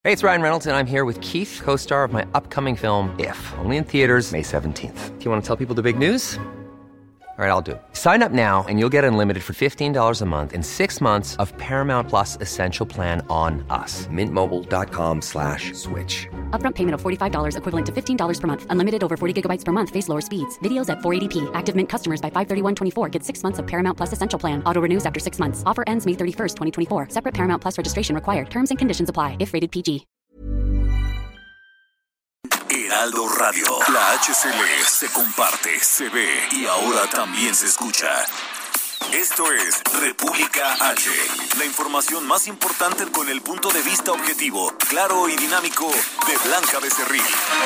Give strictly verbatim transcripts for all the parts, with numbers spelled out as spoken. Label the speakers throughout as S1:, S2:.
S1: Hey, it's Ryan Reynolds, and I'm here with Keith, co-star of my upcoming film, If, only in theaters May seventeenth. Do you want to tell people the big news? All right, I'll do it. Sign up now and you'll get unlimited for fifteen dollars a month and six months of Paramount Plus Essential Plan on us. Mint Mobile dot com slash switch.
S2: Upfront payment of forty-five dollars equivalent to fifteen dollars per month. Unlimited over forty gigabytes per month. Face lower speeds. Videos at four eighty p. Active Mint customers by five thirty-one twenty-four get six months of Paramount Plus Essential Plan. Auto renews after six months. Offer ends May thirty-first, twenty twenty-four. Separate Paramount Plus registration required. Terms and conditions apply if rated P G.
S3: Heraldo Radio. La H C L se comparte, se ve y ahora también se escucha. Esto es República H, la información más importante con el punto de vista objetivo, claro y dinámico de Blanca Becerril.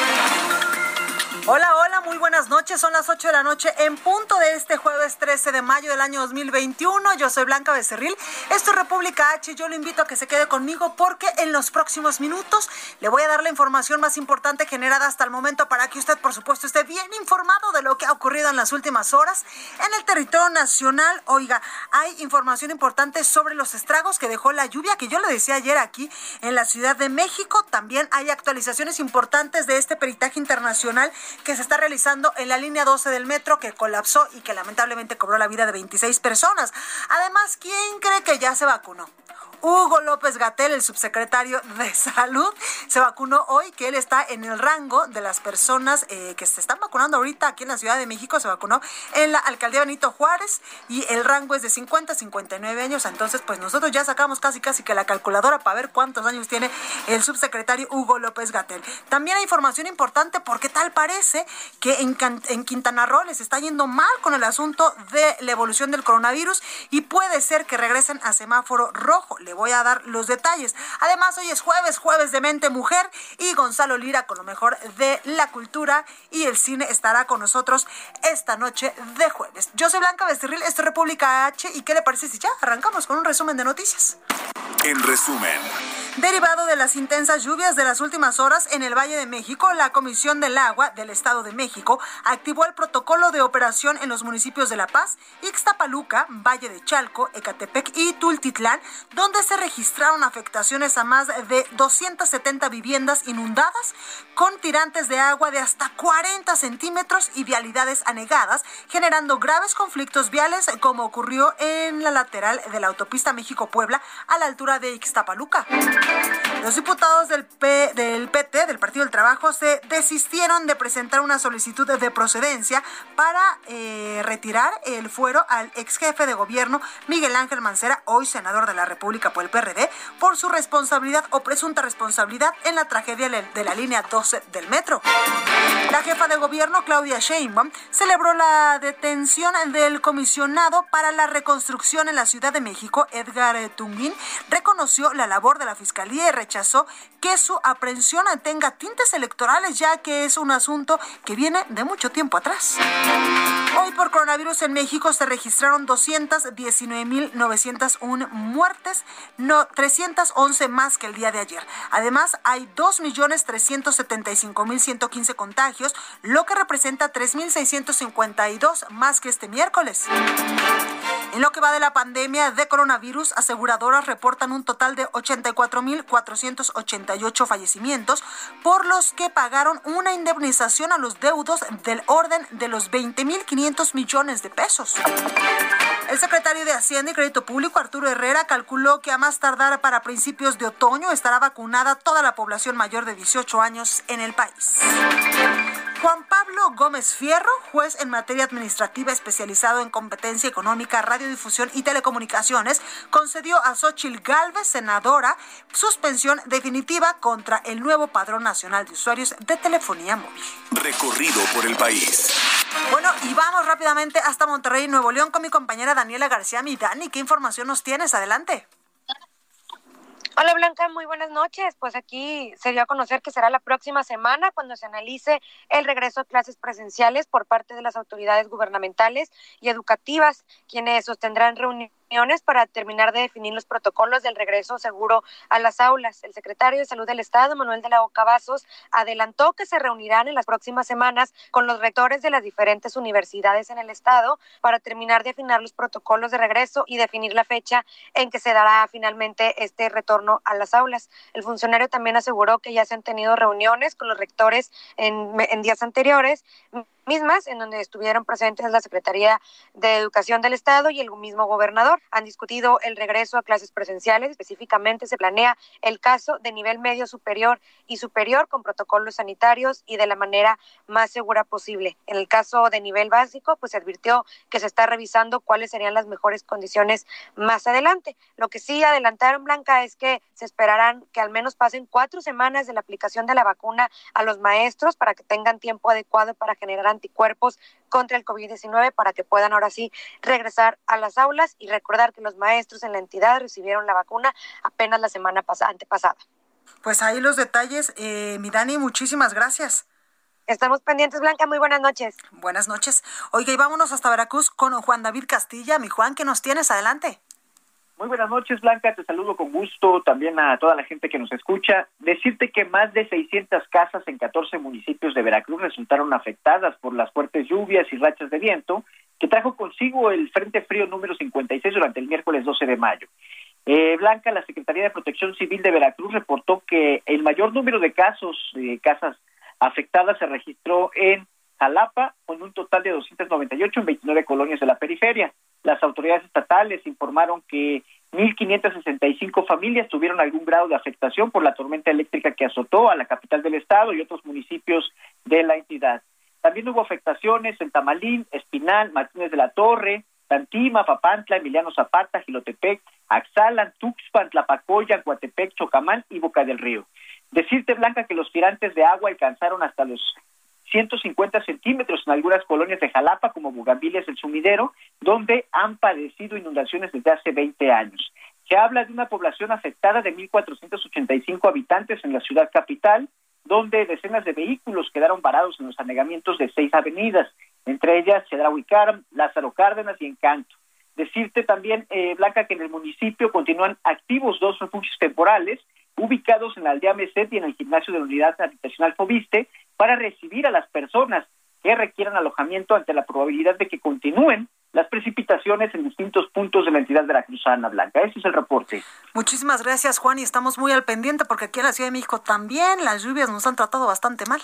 S4: Hola, hola, muy buenas noches. Son las ocho de la noche en punto de este jueves trece de mayo del año dos mil veintiuno. Yo soy Blanca Becerril. Esto es República H. Yo lo invito a que se quede conmigo porque en los próximos minutos le voy a dar la información más importante generada hasta el momento para que usted, por supuesto, esté bien informado de lo que ha ocurrido en las últimas horas en el territorio nacional. Oiga, hay información importante sobre los estragos que dejó la lluvia, que yo le decía ayer aquí en la Ciudad de México. También hay actualizaciones importantes de este peritaje internacional que se está realizando en la línea doce del metro, que colapsó y que lamentablemente cobró la vida de veintiséis personas. Además, ¿quién cree que ya se vacunó? Hugo López-Gatell, el subsecretario de Salud, se vacunó hoy, que él está en el rango de las personas eh, que se están vacunando ahorita aquí en la Ciudad de México. Se vacunó en la alcaldía Benito Juárez y el rango es de cincuenta a cincuenta y nueve años. Entonces, pues nosotros ya sacamos casi casi que la calculadora para ver cuántos años tiene el subsecretario Hugo López-Gatell. También hay información importante porque tal parece que en, en Quintana Roo les está yendo mal con el asunto de la evolución del coronavirus y puede ser que regresen a semáforo rojo. Le voy a dar los detalles. Además, hoy es jueves, jueves de Mente Mujer, y Gonzalo Lira, con lo mejor de la cultura y el cine, estará con nosotros esta noche de jueves. Yo soy Blanca Becerril, esto es República H, y ¿qué le parece si ya arrancamos con un resumen de noticias?
S3: En resumen,
S4: derivado de las intensas lluvias de las últimas horas en el Valle de México, la Comisión del Agua del Estado de México activó el protocolo de operación en los municipios de La Paz, Ixtapaluca, Valle de Chalco, Ecatepec y Tultitlán, donde se registraron afectaciones a más de doscientas setenta viviendas inundadas, con tirantes de agua de hasta cuarenta centímetros y vialidades anegadas, generando graves conflictos viales, como ocurrió en la lateral de la autopista México-Puebla a la altura de Ixtapaluca. Los diputados del, P, del P T, del Partido del Trabajo, se desistieron de presentar una solicitud de procedencia para eh, retirar el fuero al ex jefe de gobierno Miguel Ángel Mancera, hoy senador de la República por el P R D, por su responsabilidad o presunta responsabilidad en la tragedia de la línea doce del metro. La jefa de gobierno, Claudia Sheinbaum, celebró la detención del comisionado para la reconstrucción en la Ciudad de México, Edgar Tunguín. Reconoció la labor de la Fiscalía y rechazó que su aprehensión tenga tintes electorales, ya que es un asunto que viene de mucho tiempo atrás. Hoy por coronavirus en México se registraron doscientas diecinueve mil novecientas una muertes, no, trescientas once más que el día de ayer. Además, hay dos millones trescientos setenta y cinco mil ciento quince contagios, lo que representa tres mil seiscientos cincuenta y dos más que este miércoles. En lo que va de la pandemia de coronavirus, aseguradoras reportan un total de ochenta y cuatro mil cuatrocientos ochenta y ocho fallecimientos, por los que pagaron una indemnización a los deudos del orden de los veinte mil quinientos millones de pesos. El secretario de Hacienda y Crédito Público, Arturo Herrera, calculó que a más tardar para principios de otoño estará vacunada toda la población mayor de dieciocho años en el país. Juan Pablo Gómez Fierro, juez en materia administrativa especializado en competencia económica, radiodifusión y telecomunicaciones, concedió a Xóchitl Gálvez, senadora, suspensión definitiva contra el nuevo Padrón Nacional de Usuarios de Telefonía Móvil.
S3: Recorrido por el país.
S4: Bueno, y vamos rápidamente hasta Monterrey, Nuevo León, con mi compañera Daniela García. Mi Dani, ¿qué información nos tienes? Adelante.
S5: Hola Blanca, muy buenas noches. Pues aquí se dio a conocer que será la próxima semana cuando se analice el regreso a clases presenciales por parte de las autoridades gubernamentales y educativas, quienes sostendrán reuniones reuniones para terminar de definir los protocolos del regreso seguro a las aulas. El secretario de Salud del Estado, Manuel de la O Cavazos, adelantó que se reunirán en las próximas semanas con los rectores de las diferentes universidades en el Estado para terminar de afinar los protocolos de regreso y definir la fecha en que se dará finalmente este retorno a las aulas. El funcionario también aseguró que ya se han tenido reuniones con los rectores en, en días anteriores, mismas en donde estuvieron presentes la Secretaría de Educación del Estado y el mismo gobernador. Han discutido el regreso a clases presenciales. Específicamente se planea el caso de nivel medio superior y superior con protocolos sanitarios y de la manera más segura posible. En el caso de nivel básico, pues se advirtió que se está revisando cuáles serían las mejores condiciones más adelante. Lo que sí adelantaron, Blanca, es que se esperarán que al menos pasen cuatro semanas de la aplicación de la vacuna a los maestros para que tengan tiempo adecuado para generar anticuerpos contra el COVID diecinueve para que puedan ahora sí regresar a las aulas, y recordar que los maestros en la entidad recibieron la vacuna apenas la semana pasada, antepasada.
S4: Pues ahí los detalles, eh, mi Dani, muchísimas gracias.
S5: Estamos pendientes, Blanca, muy buenas noches.
S4: Buenas noches. Oiga, y vámonos hasta Veracruz con Juan David Castilla. Mi Juan, ¿qué nos tienes? Adelante.
S6: Muy buenas noches, Blanca, te saludo con gusto, también a toda la gente que nos escucha. Decirte que más de seiscientas casas en catorce municipios de Veracruz resultaron afectadas por las fuertes lluvias y rachas de viento que trajo consigo el Frente Frío número cincuenta y seis durante el miércoles doce de mayo. Eh, Blanca, la Secretaría de Protección Civil de Veracruz reportó que el mayor número de casos de casas afectadas se registró en Jalapa, con un total de doscientas noventa y ocho en veintinueve colonias de la periferia. Las autoridades estatales informaron que mil quinientas sesenta y cinco familias tuvieron algún grado de afectación por la tormenta eléctrica que azotó a la capital del estado y otros municipios de la entidad. También hubo afectaciones en Tamalín, Espinal, Martínez de la Torre, Tantima, Papantla, Emiliano Zapata, Jilotepec, Axalan, Tuxpan, Tlapacoya, Coatepec, Chocamán y Boca del Río. Decirte, Blanca, que los tirantes de agua alcanzaron hasta los ciento cincuenta centímetros en algunas colonias de Jalapa, como Bugambilias, El Sumidero, donde han padecido inundaciones desde hace veinte años. Se habla de una población afectada de mil cuatrocientos ochenta y cinco habitantes en la ciudad capital, donde decenas de vehículos quedaron varados en los anegamientos de seis avenidas, entre ellas Chedraui Caram, Lázaro Cárdenas y Encanto. Decirte también, eh, Blanca, que en el municipio continúan activos dos refugios temporales, ubicados en la aldea Meset y en el gimnasio de la unidad habitacional Fobiste, para recibir a las personas que requieran alojamiento ante la probabilidad de que continúen las precipitaciones en distintos puntos de la entidad veracruzana, Blanca. Ese es el reporte.
S4: Muchísimas gracias, Juan, y estamos muy al pendiente porque aquí en la Ciudad de México también las lluvias nos han tratado bastante mal.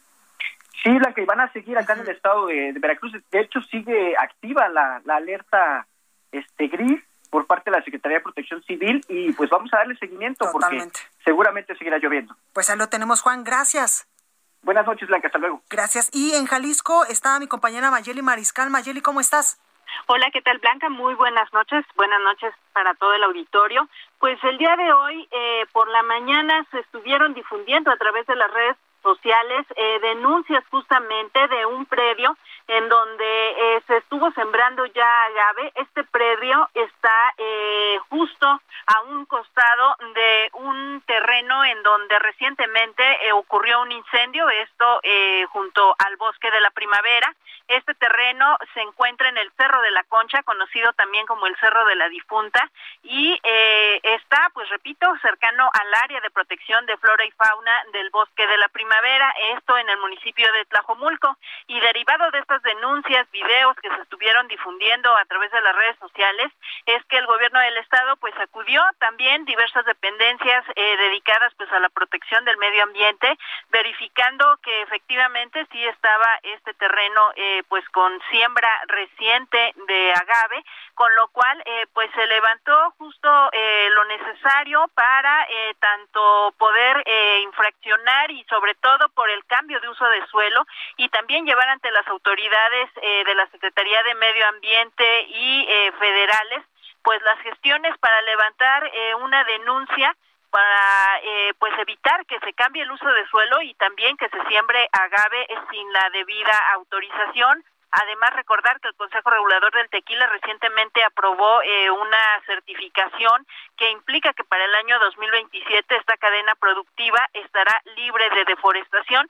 S6: Sí, Blanca, y van a seguir acá en el estado de, de Veracruz. De hecho, sigue activa la, la alerta este gris por parte de la Secretaría de Protección Civil y pues vamos a darle seguimiento. Totalmente. Porque seguramente seguirá lloviendo.
S4: Pues ahí lo tenemos, Juan. Gracias.
S6: Buenas noches, Blanca. Hasta luego.
S4: Gracias. Y en Jalisco está mi compañera Mayeli Mariscal. Mayeli, ¿cómo estás?
S7: Hola, ¿qué tal, Blanca? Muy buenas noches. Buenas noches para todo el auditorio. Pues el día de hoy, eh, por la mañana, se estuvieron difundiendo a través de las redes sociales eh, denuncias justamente de un predio en donde eh, se estuvo sembrando ya agave. Este predio está eh, justo a un costado de un terreno en donde recientemente eh, ocurrió un incendio, esto eh, junto al Bosque de la Primavera. Este terreno se encuentra en el Cerro de la Concha, conocido también como el Cerro de la Difunta, y eh, está, pues repito, cercano al área de protección de flora y fauna del Bosque de la Primavera, esto en el municipio de Tlajomulco. Y derivado de estas denuncias, videos que se estuvieron difundiendo a través de las redes sociales, es que el gobierno del estado pues acudió también diversas dependencias eh, dedicadas pues a la protección del medio ambiente, verificando que efectivamente sí estaba este terreno eh, pues con siembra reciente de agave, con lo cual eh, pues se levantó justo eh, lo necesario para eh, tanto poder eh, infraccionar y sobre todo por el cambio de uso de suelo y también llevar ante las autoridades eh, de la Secretaría de Medio Ambiente y eh, federales pues las gestiones para levantar eh, una denuncia para eh, pues evitar que se cambie el uso de suelo y también que se siembre agave sin la debida autorización. Además, recordar que el Consejo Regulador del Tequila recientemente aprobó eh, una certificación que implica que para el año dos mil veintisiete esta cadena productiva estará libre de deforestación,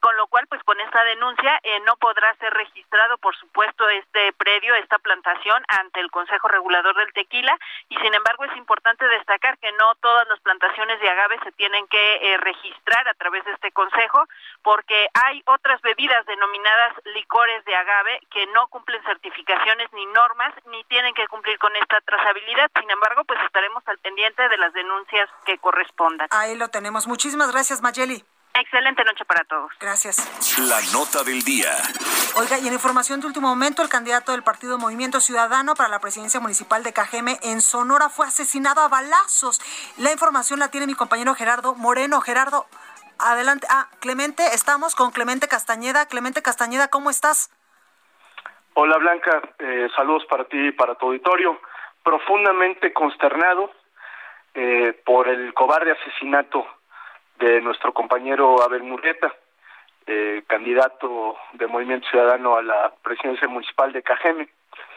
S7: con lo cual, pues con esta denuncia eh, no podrá ser registrado, por supuesto, este predio, esta plantación ante el Consejo Regulador del Tequila, y sin embargo es importante destacar que no todas las plantaciones de agave se tienen que eh, registrar a través de este consejo, porque hay otras bebidas denominadas licores de agave que no cumplen certificaciones ni normas, ni tienen que cumplir con esta trazabilidad. Sin embargo, pues estaremos al pendiente de las denuncias que correspondan.
S4: Ahí lo tenemos. Muchísimas gracias, Mayeli.
S7: Excelente noche para todos.
S4: Gracias.
S3: La nota del día.
S4: Oiga, y en información de último momento, el candidato del partido Movimiento Ciudadano para la presidencia municipal de Cajeme, en Sonora, fue asesinado a balazos. La información la tiene mi compañero Gerardo Moreno. Gerardo, adelante. Ah, Clemente, estamos con Clemente Castañeda. Clemente Castañeda, ¿cómo estás?
S8: Hola, Blanca. Eh, saludos para ti y para tu auditorio. Profundamente consternado eh, por el cobarde asesinato de nuestro compañero Abel Murrieta, eh, candidato de Movimiento Ciudadano a la presidencia municipal de Cajeme,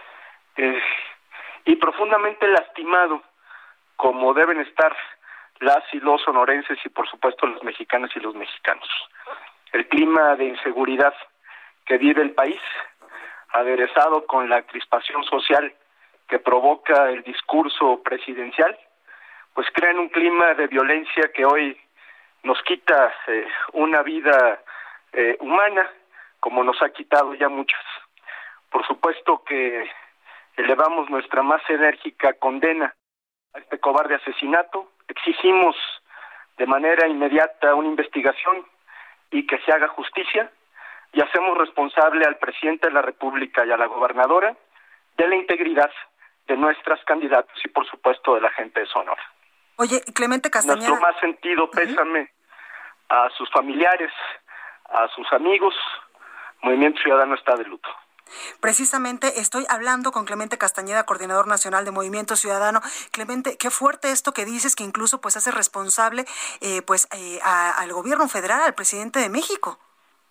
S8: eh, y profundamente lastimado, como deben estar las y los sonorenses y por supuesto las mexicanas y los mexicanos. El clima de inseguridad que vive el país, aderezado con la crispación social que provoca el discurso presidencial, pues crean un clima de violencia que hoy nos quita eh, una vida eh, humana, como nos ha quitado ya muchas. Por supuesto que elevamos nuestra más enérgica condena a este cobarde asesinato, exigimos de manera inmediata una investigación y que se haga justicia, y hacemos responsable al presidente de la República y a la gobernadora de la integridad de nuestras candidatas y por supuesto de la gente de Sonora.
S4: Oye, Clemente Castañeda.
S8: Nuestro más sentido pésame uh-huh. a sus familiares, a sus amigos. Movimiento Ciudadano está de luto.
S4: Precisamente estoy hablando con Clemente Castañeda, coordinador nacional de Movimiento Ciudadano. Clemente, qué fuerte esto que dices, que incluso pues hace responsable eh, pues eh, a, al gobierno federal, al presidente de México.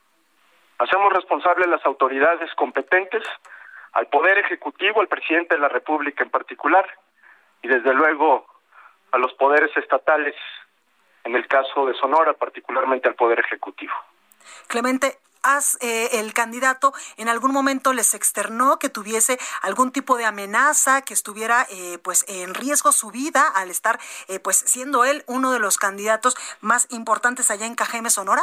S8: Hacemos responsable a las autoridades competentes, al Poder Ejecutivo, al presidente de la República en particular, y desde luego a los poderes estatales, en el caso de Sonora, particularmente al Poder Ejecutivo.
S4: Clemente, ¿has, eh, el candidato en algún momento les externó que tuviese algún tipo de amenaza, que estuviera eh, pues en riesgo su vida al estar eh, pues siendo él uno de los candidatos más importantes allá en Cajeme, Sonora?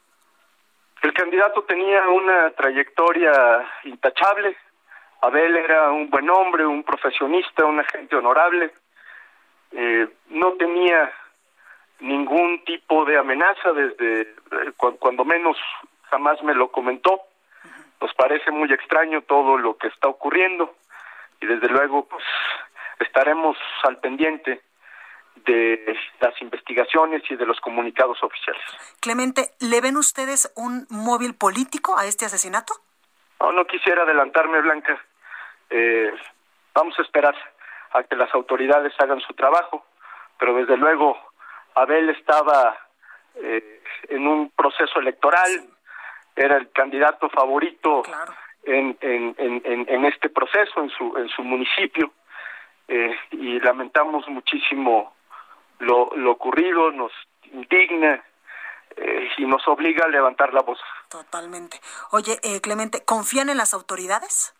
S8: El candidato tenía una trayectoria intachable. Abel era un buen hombre, un profesionista, una gente honorable. Eh, no tenía ningún tipo de amenaza, desde eh, cu- cuando menos jamás me lo comentó. Nos parece muy extraño todo lo que está ocurriendo y desde luego pues estaremos al pendiente de las investigaciones y de los comunicados oficiales.
S4: Clemente, ¿le ven ustedes un móvil político a este asesinato?
S8: No, no quisiera adelantarme, Blanca. Eh, vamos a esperar a que las autoridades hagan su trabajo, pero desde luego Abel estaba eh, en un proceso electoral, sí. Era el candidato favorito
S4: claro.
S8: en, en, en, en este proceso, en su, en su municipio, eh, y lamentamos muchísimo lo, lo ocurrido, nos indigna eh, y nos obliga a levantar la voz.
S4: Totalmente. Oye, eh, Clemente, ¿confían en las autoridades?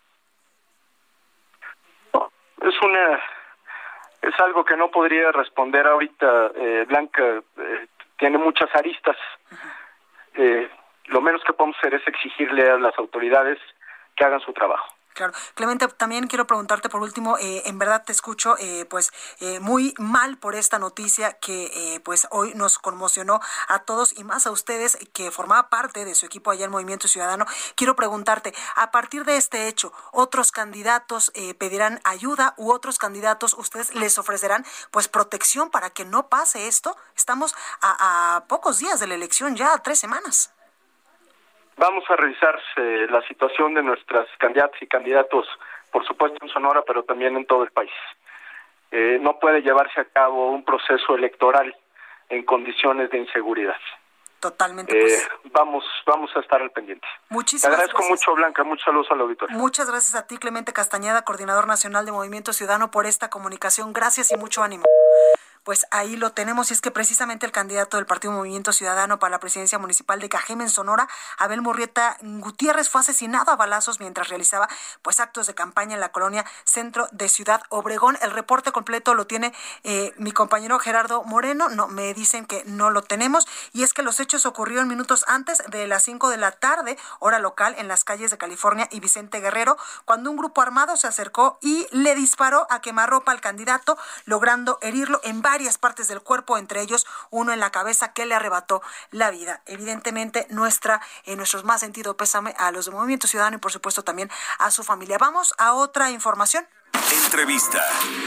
S8: No, es una... Es algo que no podría responder ahorita, eh, Blanca, eh, tiene muchas aristas. Uh-huh. Eh, lo menos que podemos hacer es exigirle a las autoridades que hagan su trabajo.
S4: Claro. Clemente, también quiero preguntarte por último, eh, en verdad te escucho eh, pues eh, muy mal por esta noticia que eh, pues hoy nos conmocionó a todos y más a ustedes que formaba parte de su equipo allá en Movimiento Ciudadano. Quiero preguntarte, a partir de este hecho, ¿otros candidatos eh, pedirán ayuda u otros candidatos ustedes les ofrecerán pues protección para que no pase esto? Estamos a, a pocos días de la elección, ya a tres semanas.
S8: Vamos a revisar eh, la situación de nuestras candidatas y candidatos, por supuesto en Sonora, pero también en todo el país. Eh, no puede llevarse a cabo un proceso electoral en condiciones de inseguridad.
S4: Totalmente.
S8: Eh,
S4: pues,
S8: vamos, vamos a estar al pendiente.
S4: Muchísimas
S8: Te agradezco
S4: gracias.
S8: mucho, Blanca. Muchos saludos al auditorio.
S4: Muchas gracias a ti, Clemente Castañeda, coordinador nacional de Movimiento Ciudadano, por esta comunicación. Gracias y mucho ánimo. pues ahí lo tenemos, y es que precisamente el candidato del Partido Movimiento Ciudadano para la presidencia municipal de Cajeme, en Sonora, Abel Murrieta Gutiérrez, fue asesinado a balazos mientras realizaba pues actos de campaña en la colonia Centro de Ciudad Obregón. El reporte completo lo tiene eh, mi compañero Gerardo Moreno. No, me dicen que no lo tenemos, y es que los hechos ocurrieron minutos antes de las cinco de la tarde, hora local, en las calles de California y Vicente Guerrero, cuando un grupo armado se acercó y le disparó a quemarropa al candidato, logrando herirlo en varias partes del cuerpo, entre ellos uno en la cabeza, que le arrebató la vida. Evidentemente, nuestra, eh, nuestro más sentido pésame a los de Movimiento Ciudadano y por supuesto también a su familia. Vamos a otra información.
S3: Entrevista.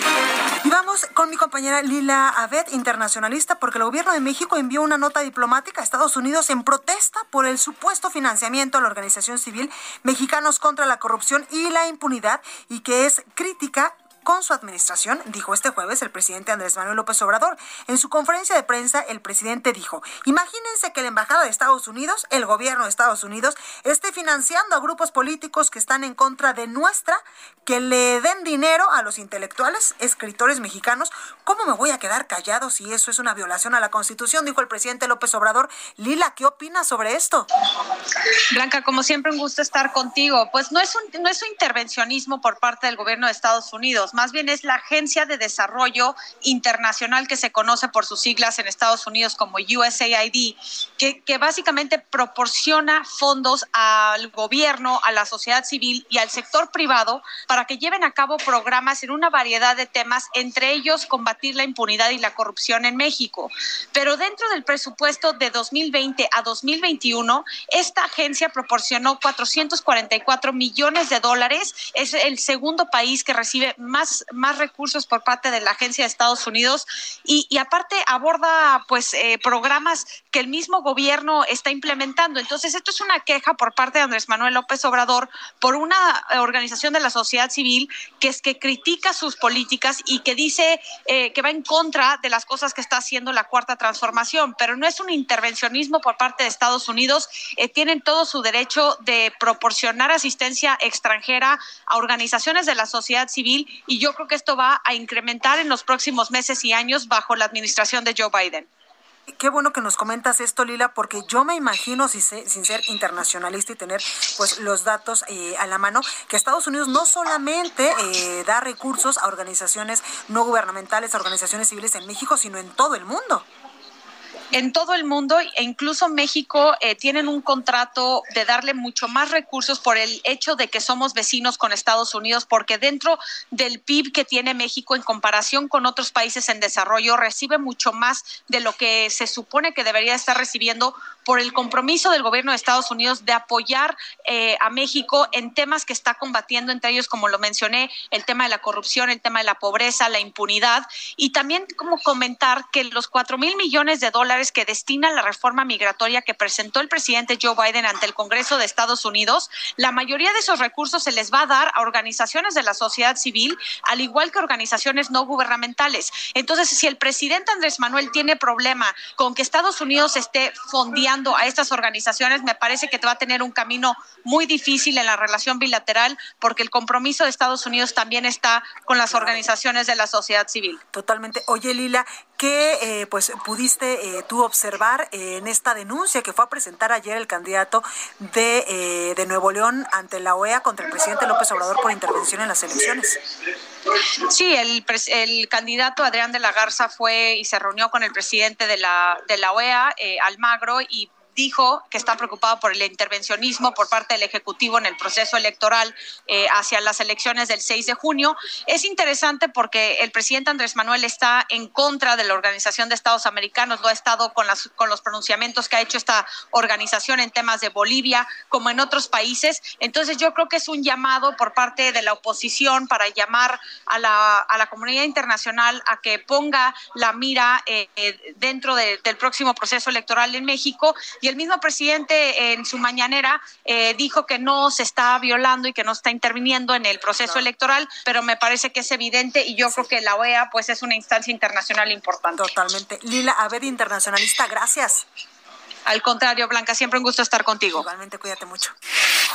S4: Y vamos con mi compañera Lila Abed, internacionalista, porque el gobierno de México envió una nota diplomática a Estados Unidos en protesta por el supuesto financiamiento a la organización civil Mexicanos contra la Corrupción y la Impunidad, y que es crítica con su administración, dijo este jueves el presidente Andrés Manuel López Obrador. En su conferencia de prensa, el presidente dijo: imagínense que la embajada de Estados Unidos, el gobierno de Estados Unidos, esté financiando a grupos políticos que están en contra de nuestra, que le den dinero a los intelectuales, escritores mexicanos. ¿Cómo me voy a quedar callado si eso es una violación a la Constitución?, dijo el presidente López Obrador. Lila, ¿qué opinas sobre esto?
S9: Blanca, como siempre, un gusto estar contigo. Pues no es un, no es un intervencionismo por parte del gobierno de Estados Unidos, más bien es la Agencia de Desarrollo Internacional, que se conoce por sus siglas en Estados Unidos como U S A I D, que, que básicamente proporciona fondos al gobierno, a la sociedad civil y al sector privado para que lleven a cabo programas en una variedad de temas, entre ellos combatir la impunidad y la corrupción en México. Pero dentro del presupuesto de dos mil veinte a dos mil veintiuno, esta agencia proporcionó cuatrocientos cuarenta y cuatro millones de dólares. Es el segundo país que recibe más más recursos por parte de la agencia de Estados Unidos, y, y aparte aborda pues eh, programas que el mismo gobierno está implementando. Entonces, esto es una queja por parte de Andrés Manuel López Obrador por una organización de la sociedad civil que es que critica sus políticas y que dice eh, que va en contra de las cosas que está haciendo la Cuarta Transformación, pero no es un intervencionismo por parte de Estados Unidos. Eh, tienen todo su derecho de proporcionar asistencia extranjera a organizaciones de la sociedad civil, y yo creo que esto va a incrementar en los próximos meses y años bajo la administración de Joe Biden.
S4: Qué bueno que nos comentas esto, Lila, porque yo me imagino, sin ser, sin ser internacionalista y tener pues los datos eh, a la mano, que Estados Unidos no solamente eh, da recursos a organizaciones no gubernamentales, a organizaciones civiles en México, sino en todo el mundo.
S9: En todo el mundo, e incluso México, eh, tienen un contrato de darle mucho más recursos por el hecho de que somos vecinos con Estados Unidos, porque dentro del P I B que tiene México en comparación con otros países en desarrollo, recibe mucho más de lo que se supone que debería estar recibiendo por el compromiso del gobierno de Estados Unidos de apoyar eh, a México en temas que está combatiendo, entre ellos, como lo mencioné, el tema de la corrupción, el tema de la pobreza, la impunidad, y también como comentar que los cuatro mil millones de dólares que destina la reforma migratoria que presentó el presidente Joe Biden ante el Congreso de Estados Unidos, la mayoría de esos recursos se les va a dar a organizaciones de la sociedad civil, al igual que organizaciones no gubernamentales. Entonces, si el presidente Andrés Manuel tiene problema con que Estados Unidos esté fondeando a estas organizaciones, me parece que va a tener un camino muy difícil en la relación bilateral, porque el compromiso de Estados Unidos también está con las organizaciones de la sociedad civil.
S4: Totalmente. Oye, Lila, ¿qué eh, pues pudiste eh, tú observar eh, en esta denuncia que fue a presentar ayer el candidato de, eh, de Nuevo León ante la O E A contra el presidente López Obrador por intervención en las elecciones?
S9: Sí, el, el candidato Adrián de la Garza fue y se reunió con el presidente de la, de la O E A, eh, Almagro, y dijo que está preocupado por el intervencionismo por parte del Ejecutivo en el proceso electoral eh, hacia las elecciones del seis de junio. Es interesante porque el presidente Andrés Manuel está en contra de la Organización de Estados Americanos, lo ha estado con, las, con los pronunciamientos que ha hecho esta organización en temas de Bolivia, como en otros países. Entonces yo creo que es un llamado por parte de la oposición para llamar a la, a la comunidad internacional a que ponga la mira eh, eh, dentro de, del próximo proceso electoral en México. Y el mismo presidente en su mañanera eh, dijo que no se está violando y que no está interviniendo en el proceso no. electoral, pero me parece que es evidente, y yo sí. creo que la O E A pues es una instancia internacional importante.
S4: Totalmente. Lila Abed, internacionalista, gracias.
S9: Al contrario, Blanca, siempre un gusto estar contigo.
S4: Igualmente, cuídate mucho.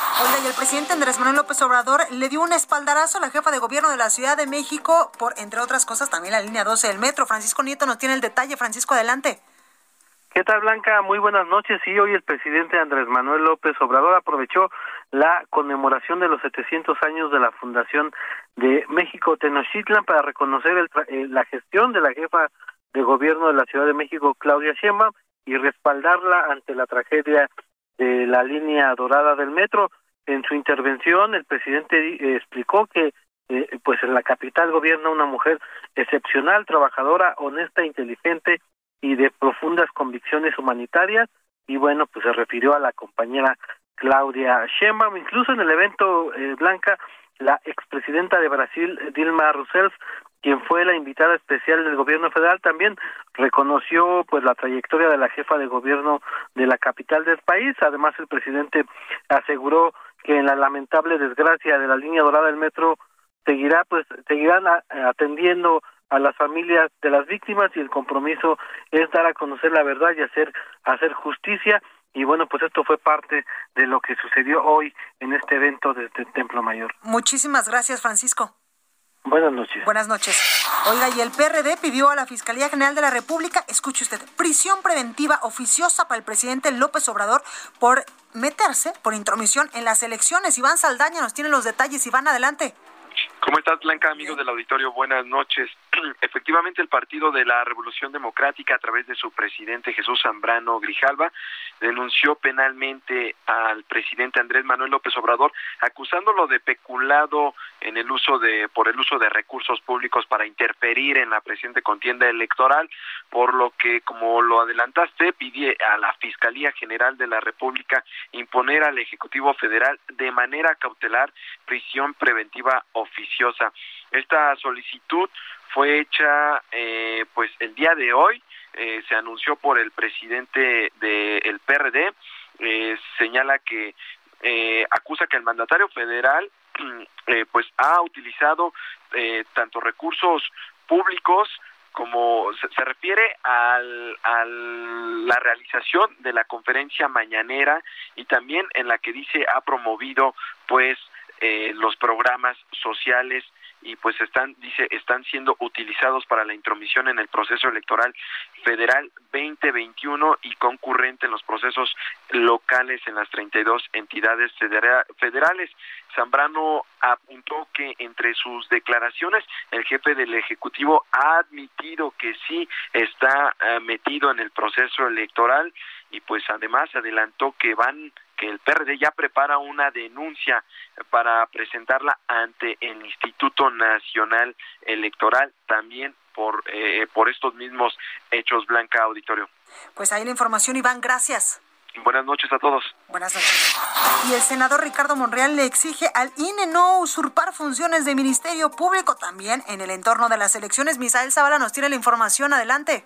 S4: Oiga, y el presidente Andrés Manuel López Obrador le dio un espaldarazo a la jefa de gobierno de la Ciudad de México por, entre otras cosas, también la línea doce del metro. Francisco Nieto nos tiene el detalle. Francisco, adelante.
S10: ¿Qué tal, Blanca? Muy buenas noches. Sí, hoy el presidente Andrés Manuel López Obrador aprovechó la conmemoración de los setecientos años de la fundación de México Tenochtitlan para reconocer el, eh, la gestión de la jefa de gobierno de la Ciudad de México, Claudia Sheinbaum, y respaldarla ante la tragedia de la línea dorada del metro. En su intervención, el presidente eh, explicó que eh, pues en la capital gobierna una mujer excepcional, trabajadora, honesta, inteligente y de profundas convicciones humanitarias, y bueno, pues se refirió a la compañera Claudia Sheinbaum. Incluso en el evento, eh, Blanca, la expresidenta de Brasil, Dilma Rousseff, quien fue la invitada especial del gobierno federal, también reconoció pues la trayectoria de la jefa de gobierno de la capital del país. Además, el presidente aseguró que en la lamentable desgracia de la línea dorada del metro seguirá pues seguirán a, atendiendo a las familias de las víctimas, y el compromiso es dar a conocer la verdad y hacer hacer justicia. Y bueno, pues esto fue parte de lo que sucedió hoy en este evento desde el Templo Mayor.
S4: Muchísimas gracias, Francisco.
S10: Buenas noches.
S4: Buenas noches. Oiga, y el P R D pidió a la Fiscalía General de la República, escuche usted, prisión preventiva oficiosa para el presidente López Obrador por meterse, por intromisión en las elecciones. Iván Saldaña nos tiene los detalles. Iván, adelante.
S11: ¿Cómo estás, Blanca? Amigos del auditorio, buenas noches. Efectivamente, el Partido de la Revolución Democrática, a través de su presidente Jesús Zambrano Grijalva, denunció penalmente al presidente Andrés Manuel López Obrador, acusándolo de peculado en el uso de por el uso de recursos públicos para interferir en la presente contienda electoral, por lo que, como lo adelantaste, pide a la Fiscalía General de la República imponer al Ejecutivo Federal de manera cautelar prisión preventiva oficiosa. Esta solicitud fue hecha eh, pues el día de hoy, eh, se anunció por el presidente del P R D, eh, señala que eh, acusa que el mandatario federal eh, pues ha utilizado eh, tanto recursos públicos como se, se refiere al, a la realización de la conferencia mañanera, y también en la que dice ha promovido pues eh, los programas sociales, y pues están, dice, están siendo utilizados para la intromisión en el proceso electoral federal veinte veintiuno y concurrente en los procesos locales en las treinta y dos entidades federa- federales. Zambrano apuntó que entre sus declaraciones el jefe del Ejecutivo ha admitido que sí está uh, metido en el proceso electoral, y pues además adelantó que van que el P R D ya prepara una denuncia para presentarla ante el Instituto Nacional Electoral, también por eh, por estos mismos hechos. Blanca, auditorio.
S4: Pues ahí la información, Iván, gracias.
S11: Buenas noches a todos.
S4: Buenas noches. Y el senador Ricardo Monreal le exige al I N E no usurpar funciones de Ministerio Público también en el entorno de las elecciones. Misael Zavala nos tiene la información. Adelante.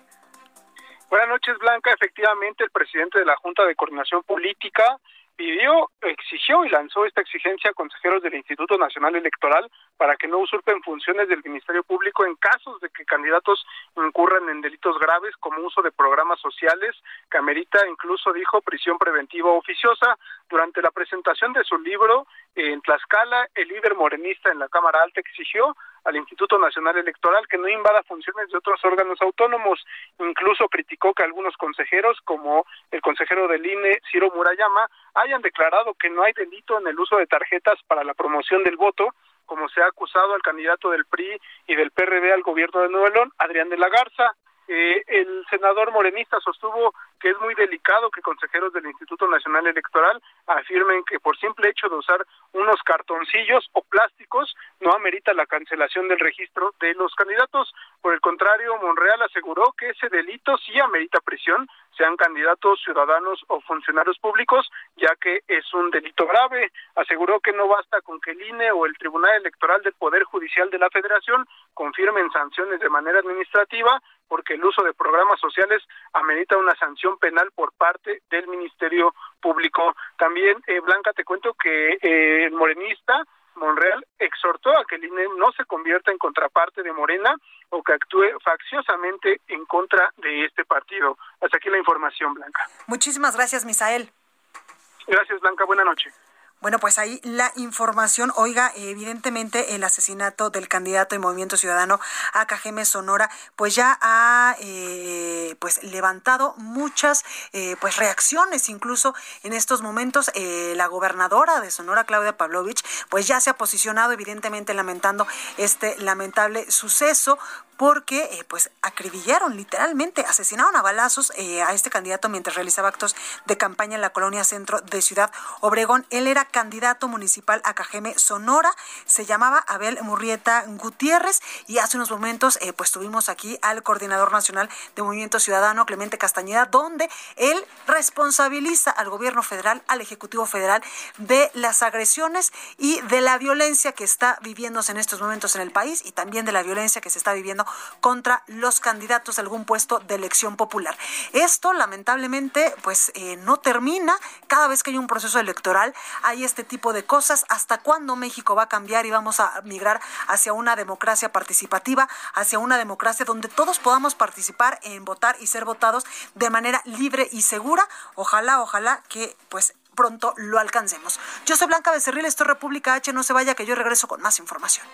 S12: Buenas noches, Blanca. Efectivamente, el presidente de la Junta de Coordinación Política pidió, exigió y lanzó esta exigencia a consejeros del Instituto Nacional Electoral para que no usurpen funciones del Ministerio Público en casos de que candidatos incurran en delitos graves como uso de programas sociales, que amerita, incluso dijo, prisión preventiva oficiosa. Durante la presentación de su libro en Tlaxcala, el líder morenista en la Cámara Alta exigió al Instituto Nacional Electoral que no invada funciones de otros órganos autónomos. Incluso criticó que algunos consejeros, como el consejero del I N E, Ciro Murayama, hayan declarado que no hay delito en el uso de tarjetas para la promoción del voto, como se ha acusado al candidato del P R I y del P R D al gobierno de Nuevo León, Adrián de la Garza. Eh, el senador morenista sostuvo que es muy delicado que consejeros del Instituto Nacional Electoral afirmen que por simple hecho de usar unos cartoncillos o plásticos no amerita la cancelación del registro de los candidatos. Por el contrario, Monreal aseguró que ese delito sí amerita prisión, sean candidatos, ciudadanos o funcionarios públicos, ya que es un delito grave. Aseguró que no basta con que el I N E o el Tribunal Electoral del Poder Judicial de la Federación confirmen sanciones de manera administrativa, porque el uso de programas sociales amerita una sanción penal por parte del Ministerio Público. También, eh, Blanca, te cuento que eh, el morenista Monreal exhortó a que el I N E no se convierta en contraparte de Morena o que actúe facciosamente en contra de este partido. Hasta aquí la información, Blanca.
S4: Muchísimas gracias, Misael.
S12: Gracias, Blanca. Buenas noches.
S4: Bueno, pues ahí la información. Oiga, evidentemente el asesinato del candidato de Movimiento Ciudadano a Cajeme, Sonora, pues ya ha eh, pues levantado muchas eh, pues reacciones. Incluso en estos momentos eh, la gobernadora de Sonora, Claudia Pavlovich, pues ya se ha posicionado evidentemente lamentando este lamentable suceso, porque eh, pues acribillaron, literalmente asesinaron a balazos eh, a este candidato mientras realizaba actos de campaña en la colonia centro de Ciudad Obregón. Él era candidato municipal a Cajeme, Sonora, se llamaba Abel Murrieta Gutiérrez, y hace unos momentos eh, pues tuvimos aquí al coordinador nacional de Movimiento Ciudadano, Clemente Castañeda, donde él responsabiliza al gobierno federal, al Ejecutivo Federal, de las agresiones y de la violencia que está viviéndose en estos momentos en el país, y también de la violencia que se está viviendo contra los candidatos a algún puesto de elección popular. Esto, lamentablemente, pues eh, no termina. Cada vez que hay un proceso electoral hay este tipo de cosas. ¿Hasta cuándo México va a cambiar y vamos a migrar hacia una democracia participativa, hacia una democracia donde todos podamos participar en votar y ser votados de manera libre y segura? Ojalá, ojalá que pues pronto lo alcancemos. Yo soy Blanca Becerril, esto es República H. No se vaya, que yo regreso con más información.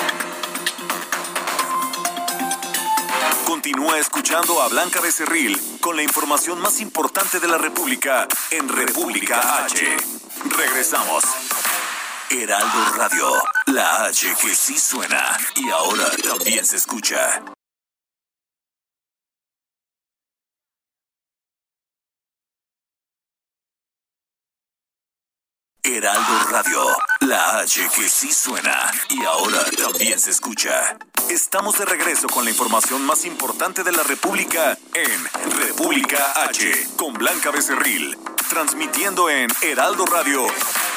S3: Continúa escuchando a Blanca Becerril con la información más importante de la República en República H. Regresamos. Heraldo Radio, la H que sí suena y ahora también se escucha. Heraldo Radio, la H que sí suena y ahora también se escucha. Estamos de regreso con la información más importante de la República en República H, con Blanca Becerril, transmitiendo en Heraldo Radio.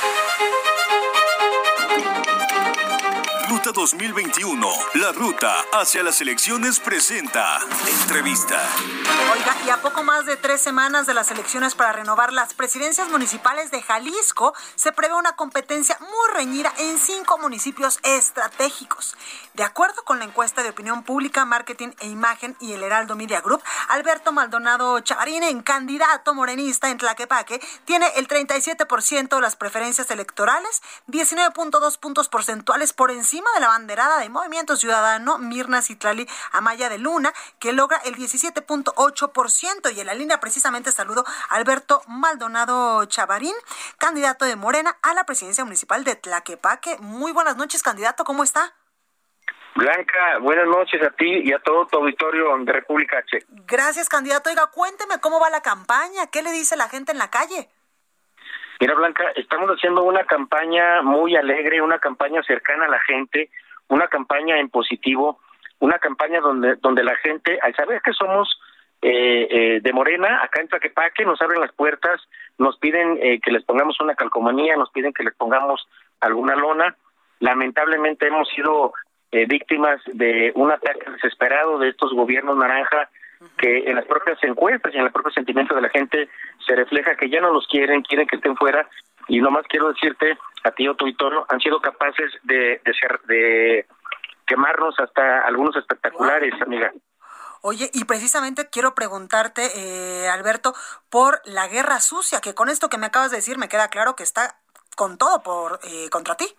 S3: Ruta dos mil veintiuno, la ruta hacia las elecciones presenta entrevista.
S4: Oiga, y a poco más de tres semanas de las elecciones para renovar las presidencias municipales de Jalisco, se prevé una competencia muy reñida en cinco municipios estratégicos. De acuerdo con la encuesta de opinión pública, marketing e imagen y el Heraldo Media Group, Alberto Maldonado Chavarín, en candidato morenista en Tlaquepaque, tiene el treinta y siete por ciento de las preferencias electorales, diecinueve punto dos puntos porcentuales por encima de la banderada de Movimiento Ciudadano, Mirna Citlali Amaya de Luna, que logra el diecisiete punto ocho por ciento. Y en la línea precisamente saludo a Alberto Maldonado Chavarín, candidato de Morena a la presidencia municipal de Tlaquepaque. Muy buenas noches, candidato, ¿cómo está?
S13: Blanca, buenas noches a ti y a todo tu auditorio de República H.
S4: Gracias, candidato. Oiga, cuénteme cómo va la campaña, ¿qué le dice la gente en la calle?
S13: Mira, Blanca, estamos haciendo una campaña muy alegre, una campaña cercana a la gente, una campaña en positivo, una campaña donde donde la gente, al saber que somos eh, eh, de Morena, acá en Tlaquepaque, nos abren las puertas, nos piden eh, que les pongamos una calcomanía, nos piden que les pongamos alguna lona. Lamentablemente hemos sido eh, víctimas de un ataque desesperado de estos gobiernos naranja, que en las propias encuestas y en el propio sentimiento de la gente se refleja que ya no los quieren, quieren que estén fuera. Y nomás quiero decirte, a ti, Otto y Tono, han sido capaces de, de, ser, de quemarnos hasta algunos espectaculares, amiga.
S4: Oye, y precisamente quiero preguntarte, eh, Alberto, por la guerra sucia, que con esto que me acabas de decir me queda claro que está con todo por eh, contra ti.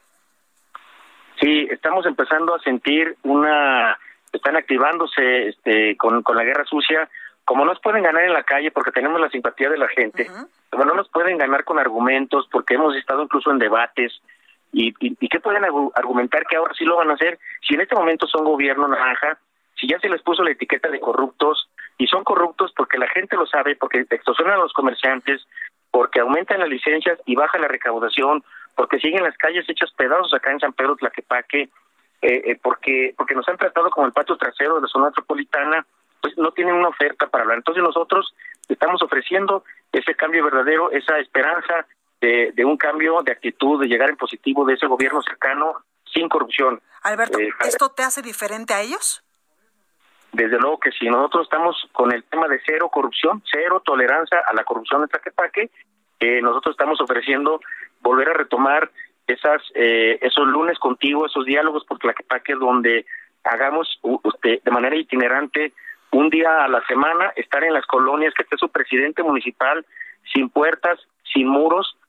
S13: Sí, estamos empezando a sentir una... están activándose este, con, con la guerra sucia. Como no nos pueden ganar en la calle porque tenemos la simpatía de la gente, uh-huh. Como no nos pueden ganar con argumentos porque hemos estado incluso en debates, y, y, y ¿qué pueden argumentar que ahora sí lo van a hacer? Si en este momento son gobierno naranja, si ya se les puso la etiqueta de corruptos, y son corruptos porque la gente lo sabe, porque extorsionan a los comerciantes, porque aumentan las licencias y baja la recaudación, porque siguen las calles hechas pedazos acá en San Pedro Tlaquepaque, eh, eh, porque porque nos han tratado como el patio trasero de la zona metropolitana, pues no tienen una oferta para hablar. Entonces nosotros estamos ofreciendo ese cambio verdadero, esa esperanza de, de un cambio de actitud, de llegar en positivo de ese gobierno cercano, sin corrupción.
S4: Alberto, eh, ¿esto te hace diferente a ellos?
S13: Desde luego que sí. Nosotros estamos con el tema de cero corrupción, cero tolerancia a la corrupción en Tlaquepaque. Eh, nosotros estamos ofreciendo volver a retomar esas eh, esos lunes contigo, esos diálogos por Tlaquepaque, donde hagamos usted, de manera itinerante, un día a la semana, estar en las colonias, que esté su presidente municipal, sin puertas, sin muros,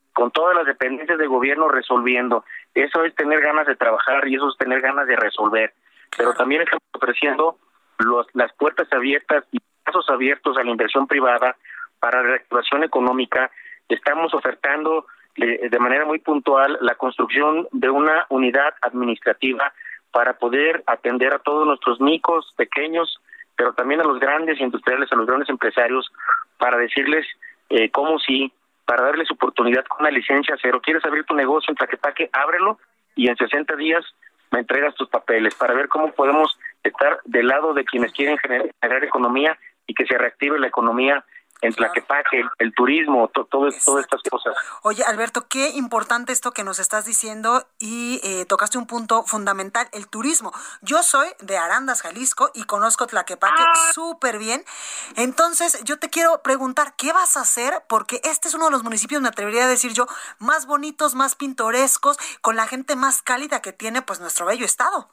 S13: con todas las dependencias de gobierno resolviendo. Eso es tener ganas de trabajar y eso es tener ganas de resolver. Pero también estamos ofreciendo los, las puertas abiertas y pasos abiertos a la inversión privada para la reactivación económica. Estamos ofertando de, de manera muy puntual la construcción de una unidad administrativa para poder atender a todos nuestros micos, pequeños, pero también a los grandes industriales, a los grandes empresarios, para decirles eh, cómo sí, para darles oportunidad con una licencia cero. ¿Quieres abrir tu negocio en Tlaquepaque? Ábrelo y en sesenta días me entregas tus papeles para ver cómo podemos estar del lado de quienes quieren generar, generar economía y que se reactive la economía en Tlaquepaque, el, el turismo, to, todo, todas estas cosas.
S4: Oye, Alberto, qué importante esto que nos estás diciendo y eh, tocaste un punto fundamental, el turismo. Yo soy de Arandas, Jalisco, y conozco Tlaquepaque súper bien. Entonces, yo te quiero preguntar, ¿qué vas a hacer? Porque este es uno de los municipios, me atrevería a decir yo, más bonitos, más pintorescos, con la gente más cálida que tiene pues nuestro bello estado.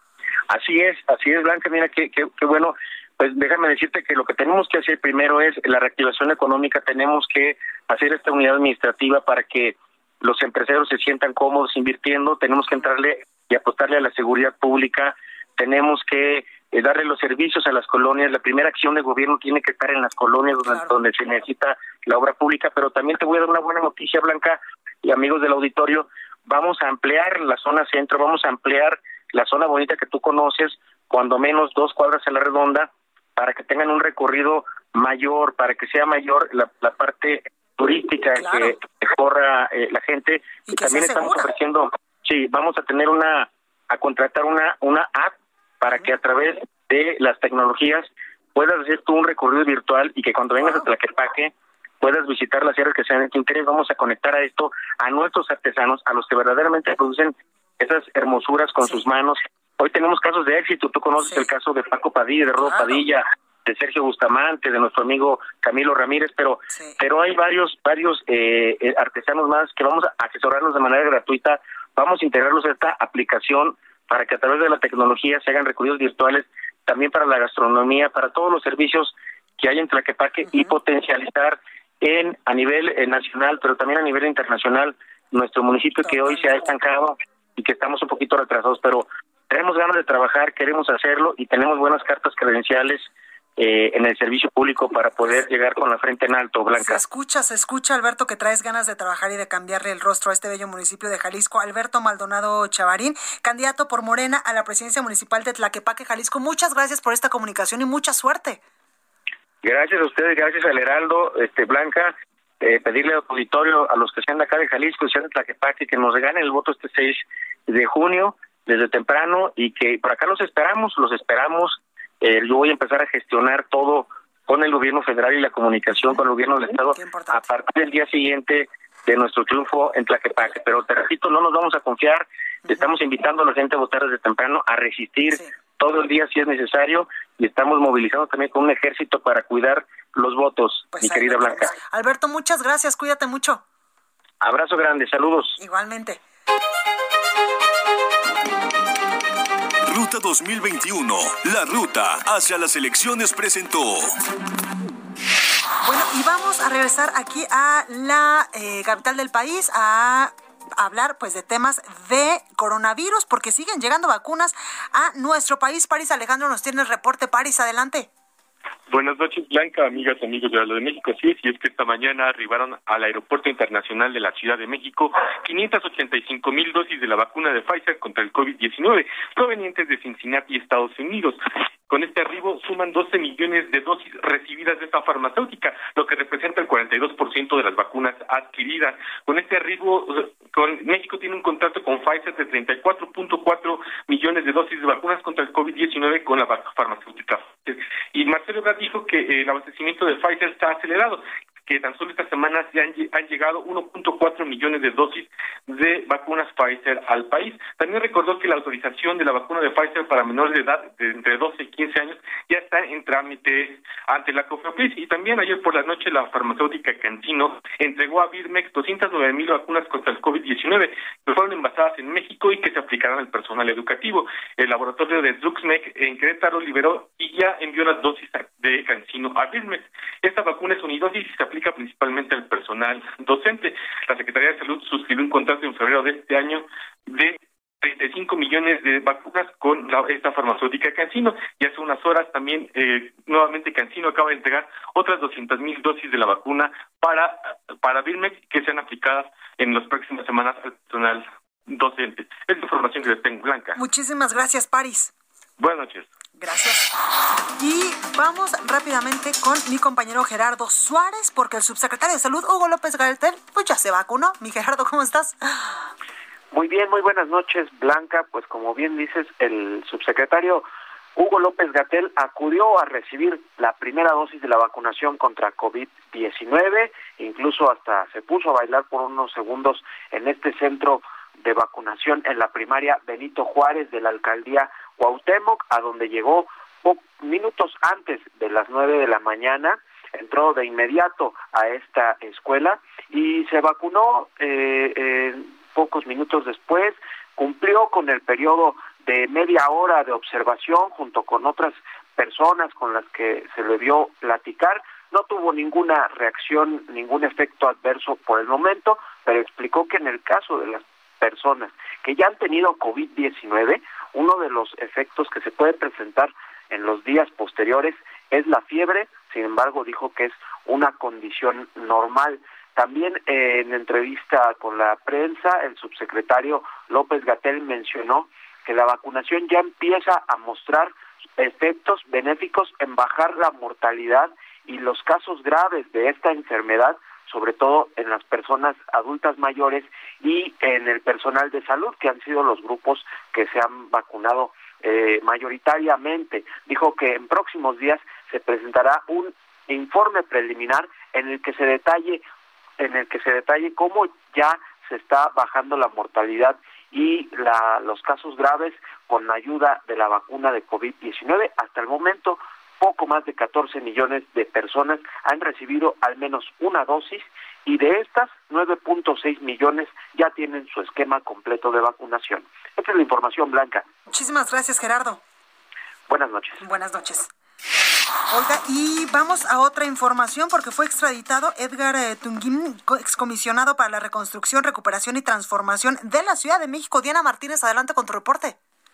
S13: Así es, así es, Blanca, mira qué, qué, qué bueno. Pues déjame decirte que lo que tenemos que hacer primero es la reactivación económica. Tenemos que hacer esta unidad administrativa para que los empresarios se sientan cómodos invirtiendo. Tenemos que entrarle y apostarle a la seguridad pública. Tenemos que eh, darle los servicios a las colonias. La primera acción de gobierno tiene que estar en las colonias donde, claro. donde se necesita la obra pública. Pero también te voy a dar una buena noticia, Blanca, y amigos del auditorio. Vamos a ampliar la zona centro, vamos a ampliar la zona bonita que tú conoces, cuando menos dos cuadras a la redonda, para que tengan un recorrido mayor, para que sea mayor la, la parte turística, claro. que, que corra eh, la gente. Y, y también estamos ofreciendo, sí, vamos a tener una, a contratar una una app para uh-huh. que a través de las tecnologías puedas hacer tú un recorrido virtual y que cuando vengas uh-huh. a Tlaquepaque puedas visitar las sierras que sean de tu interés. Vamos a conectar a esto a nuestros artesanos, a los que verdaderamente producen esas hermosuras con sí. sus manos. Hoy tenemos casos de éxito, tú conoces sí. el caso de Paco Padilla, de Rodo claro. Padilla, de Sergio Bustamante, de nuestro amigo Camilo Ramírez, pero sí. pero hay varios varios eh, artesanos más que vamos a asesorarlos de manera gratuita, vamos a integrarlos a esta aplicación para que a través de la tecnología se hagan recorridos virtuales, también para la gastronomía, para todos los servicios que hay en Tlaquepaque uh-huh. y potencializar en a nivel eh, nacional, pero también a nivel internacional, nuestro municipio Totalmente. que hoy se ha estancado y que estamos un poquito retrasados, pero tenemos ganas de trabajar, queremos hacerlo y tenemos buenas cartas credenciales eh, en el servicio público para poder llegar con la frente en alto, Blanca.
S4: Se escucha, se escucha, Alberto, que traes ganas de trabajar y de cambiarle el rostro a este bello municipio de Jalisco. Alberto Maldonado Chavarín, candidato por Morena a la presidencia municipal de Tlaquepaque, Jalisco. Muchas gracias por esta comunicación y mucha suerte.
S13: Gracias a ustedes, gracias al Heraldo, este Blanca. Eh, pedirle al auditorio, a los que sean de acá de Jalisco y sean de Tlaquepaque, que nos regalen el voto este seis de junio, desde temprano, y que por acá los esperamos, los esperamos. Eh, yo voy a empezar a gestionar todo con el gobierno federal y la comunicación con el gobierno del estado a partir del día siguiente de nuestro triunfo en Tlaquepaque. Pero te repito, no nos vamos a confiar, uh-huh. estamos invitando a la gente a votar desde temprano, a resistir sí. todo el día si es necesario, y estamos movilizando también con un ejército para cuidar los votos, pues mi querida Blanca.
S4: Alberto, muchas gracias, cuídate mucho.
S13: Abrazo grande, saludos.
S4: Igualmente.
S3: Ruta dos mil veintiuno, la ruta hacia las elecciones presentó.
S4: Bueno, y vamos a regresar aquí a la eh, capital del país a hablar pues de temas de coronavirus, porque siguen llegando vacunas a nuestro país. París Alejandro nos tiene el reporte. París, adelante.
S14: Buenas noches, Blanca, amigas, amigos de Heraldo de México. Sí, sí, es que esta mañana arribaron al Aeropuerto Internacional de la Ciudad de México quinientas ochenta y cinco mil dosis de la vacuna de Pfizer contra el COVID diecinueve, provenientes de Cincinnati, Estados Unidos. Con este arribo suman doce millones de dosis recibidas de esta farmacéutica, lo que representa el cuarenta y dos por ciento de las vacunas adquiridas. Con este arribo, con México tiene un contrato con Pfizer de treinta y cuatro punto cuatro millones de dosis de vacunas contra el COVID diecinueve con la farmacéutica. Y Marcelo Ebrard dijo que eh, el abastecimiento de Pfizer está acelerado, que tan solo esta semana se han, han llegado uno punto cuatro millones de dosis de vacunas Pfizer al país. También recordó que la autorización de la vacuna de Pfizer para menores de edad de entre doce y quince años ya está en trámite ante la COFEPRIS. Y también ayer por la noche la farmacéutica CanSino entregó a Birmex doscientas nueve mil vacunas contra el COVID diecinueve que fueron envasadas en México y que se aplicarán al personal educativo. El laboratorio de Druxmec en Querétaro liberó y ya envió las dosis de CanSino a Birmex. Esta vacuna es unidosis y se aplica principalmente principalmente al personal docente. La Secretaría de Salud suscribió un contrato en febrero de este año de treinta y cinco millones de vacunas con la, esta farmacéutica CanSino, y hace unas horas también eh, nuevamente CanSino acaba de entregar otras doscientas mil dosis de la vacuna para para Birmex que sean aplicadas en las próximas semanas al personal docente. Es la información que les tengo, Blanca.
S4: Muchísimas gracias, París.
S14: Buenas noches.
S4: Gracias. Y vamos rápidamente con mi compañero Gerardo Suárez, porque el subsecretario de Salud, Hugo López Gatell, pues ya se vacunó. Mi Gerardo, ¿cómo estás?
S15: Muy bien, muy buenas noches, Blanca. Pues como bien dices, el subsecretario Hugo López Gatell acudió a recibir la primera dosis de la vacunación contra COVID diecinueve, incluso hasta se puso a bailar por unos segundos en este centro de vacunación en la primaria Benito Juárez de la alcaldía Cuauhtémoc, a donde llegó minutos antes de las nueve de la mañana. Entró de inmediato a esta escuela y se vacunó eh, eh, pocos minutos después. Cumplió con el periodo de media hora de observación junto con otras personas con las que se le vio platicar. No tuvo ninguna reacción, ningún efecto adverso por el momento, pero explicó que en el caso de las personas que ya han tenido COVID diecinueve, uno de los efectos que se puede presentar en los días posteriores es la fiebre. Sin embargo, dijo que es una condición normal. También eh, en entrevista con la prensa, el subsecretario López Gatell mencionó que la vacunación ya empieza a mostrar efectos benéficos en bajar la mortalidad y los casos graves de esta enfermedad, sobre todo en las personas adultas mayores y en el personal de salud, que han sido los grupos que se han vacunado eh, mayoritariamente. Dijo que en próximos días se presentará un informe preliminar en el que se detalle, en el que se detalle cómo ya se está bajando la mortalidad y la, los casos graves con ayuda de la vacuna de COVID diecinueve. Hasta el momento, poco más de catorce millones de personas han recibido al menos una dosis y de estas, nueve punto seis millones ya tienen su esquema completo de vacunación. Esta es la información, Blanca.
S4: Muchísimas gracias, Gerardo.
S15: Buenas noches.
S4: Buenas noches. Oiga, y vamos a otra información porque fue extraditado Edgar eh, Tunguín, excomisionado para la reconstrucción, recuperación y transformación de la Ciudad de México. Diana Martínez, adelante con tu reporte.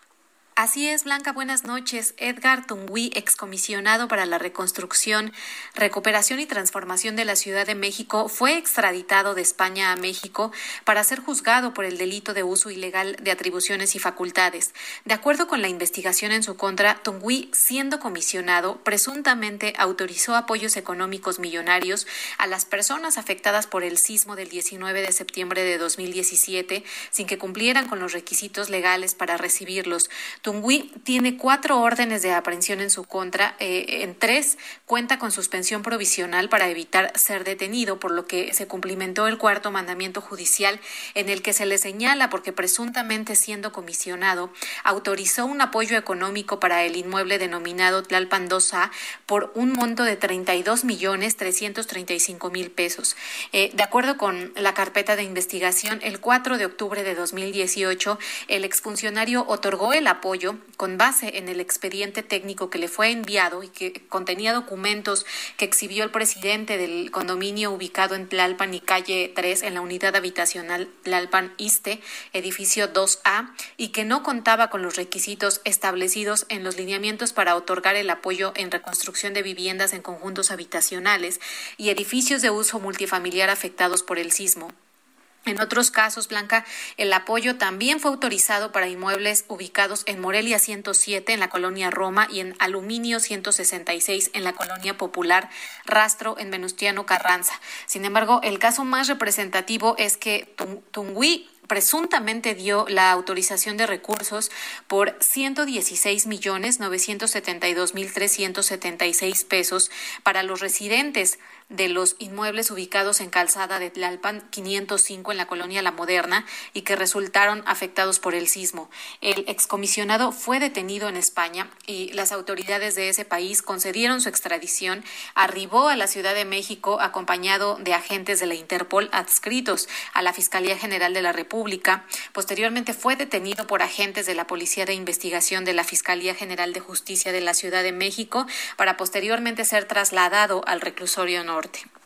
S16: Así es, Blanca, buenas noches. Edgar Tunguí, excomisionado para la reconstrucción, recuperación y transformación de la Ciudad de México, fue extraditado de España a México para ser juzgado por el delito de uso ilegal de atribuciones y facultades. De acuerdo con la investigación en su contra, Tunguí, siendo comisionado, presuntamente autorizó apoyos económicos millonarios a las personas afectadas por el sismo del diecinueve de septiembre de dos mil diecisiete, sin que cumplieran con los requisitos legales para recibirlos. Tunguí tiene cuatro órdenes de aprehensión en su contra. Eh, en tres cuenta con suspensión provisional para evitar ser detenido, por lo que se cumplimentó el cuarto mandamiento judicial en el que se le señala porque presuntamente siendo comisionado autorizó un apoyo económico para el inmueble denominado Tlalpan dos A por un monto de treinta y dos millones trescientos treinta y cinco mil pesos. Eh, de acuerdo con la carpeta de investigación, el cuatro de octubre de dos mil dieciocho el exfuncionario otorgó el apoyo con base en el expediente técnico que le fue enviado y que contenía documentos que exhibió el presidente del condominio ubicado en Tlalpan y calle tres en la unidad habitacional Tlalpan Iste, edificio dos A, y que no contaba con los requisitos establecidos en los lineamientos para otorgar el apoyo en reconstrucción de viviendas en conjuntos habitacionales y edificios de uso multifamiliar afectados por el sismo. En otros casos, Blanca, el apoyo también fue autorizado para inmuebles ubicados en Morelia ciento siete en la colonia Roma y en Aluminio ciento sesenta y seis en la colonia Popular Rastro en Venustiano Carranza. Sin embargo, el caso más representativo es que Tunguí presuntamente dio la autorización de recursos por ciento dieciséis millones novecientos setenta y dos mil trescientos setenta y seis pesos para los residentes de los inmuebles ubicados en Calzada de Tlalpan quinientos cinco en la colonia La Moderna y que resultaron afectados por el sismo. El excomisionado fue detenido en España y las autoridades de ese país concedieron su extradición. Arribó a la Ciudad de México acompañado de agentes de la Interpol adscritos a la Fiscalía General de la República. Posteriormente fue detenido por agentes de la Policía de Investigación de la Fiscalía General de Justicia de la Ciudad de México para posteriormente ser trasladado al reclusorio norte.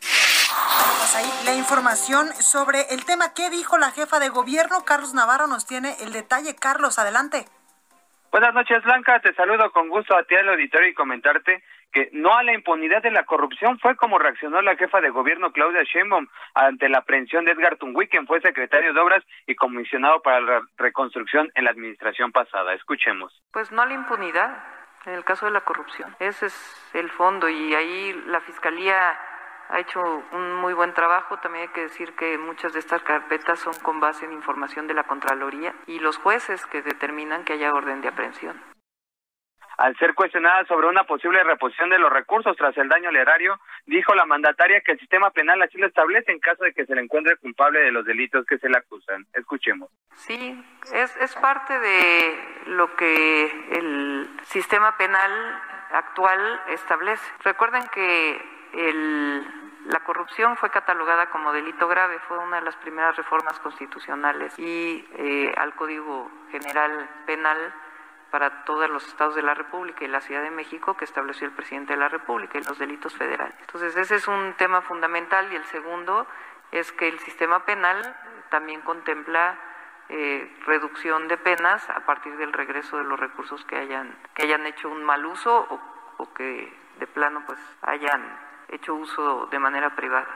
S4: Pues ahí la información sobre el tema que dijo la jefa de gobierno. Carlos Navarro nos tiene el detalle. Carlos, adelante.
S17: Buenas noches, Blanca. Te saludo con gusto a ti al auditorio y comentarte que no a la impunidad de la corrupción fue como reaccionó la jefa de gobierno Claudia Sheinbaum ante la aprehensión de Edgar Tungui, quien fue secretario de Obras y comisionado para la reconstrucción en la administración pasada. Escuchemos.
S18: Pues no a la impunidad en el caso de la corrupción. Ese es el fondo y ahí la Fiscalía ha hecho un muy buen trabajo. También hay que decir que muchas de estas carpetas son con base en información de la Contraloría y los jueces que determinan que haya orden de aprehensión.
S17: Al ser cuestionada sobre una posible reposición de los recursos tras el daño al erario, dijo la mandataria que el sistema penal así lo establece en caso de que se le encuentre culpable de los delitos que se le acusan. Escuchemos.
S18: Sí, es, es parte de lo que el sistema penal actual establece. Recuerden que el, la corrupción fue catalogada como delito grave, fue una de las primeras reformas constitucionales y eh, al Código General Penal para todos los estados de la República y la Ciudad de México que estableció el presidente de la República y los delitos federales. Entonces ese es un tema fundamental y el segundo es que el sistema penal también contempla eh, reducción de penas a partir del regreso de los recursos que hayan que hayan hecho un mal uso o, o que de plano pues hayan hecho uso de manera privada.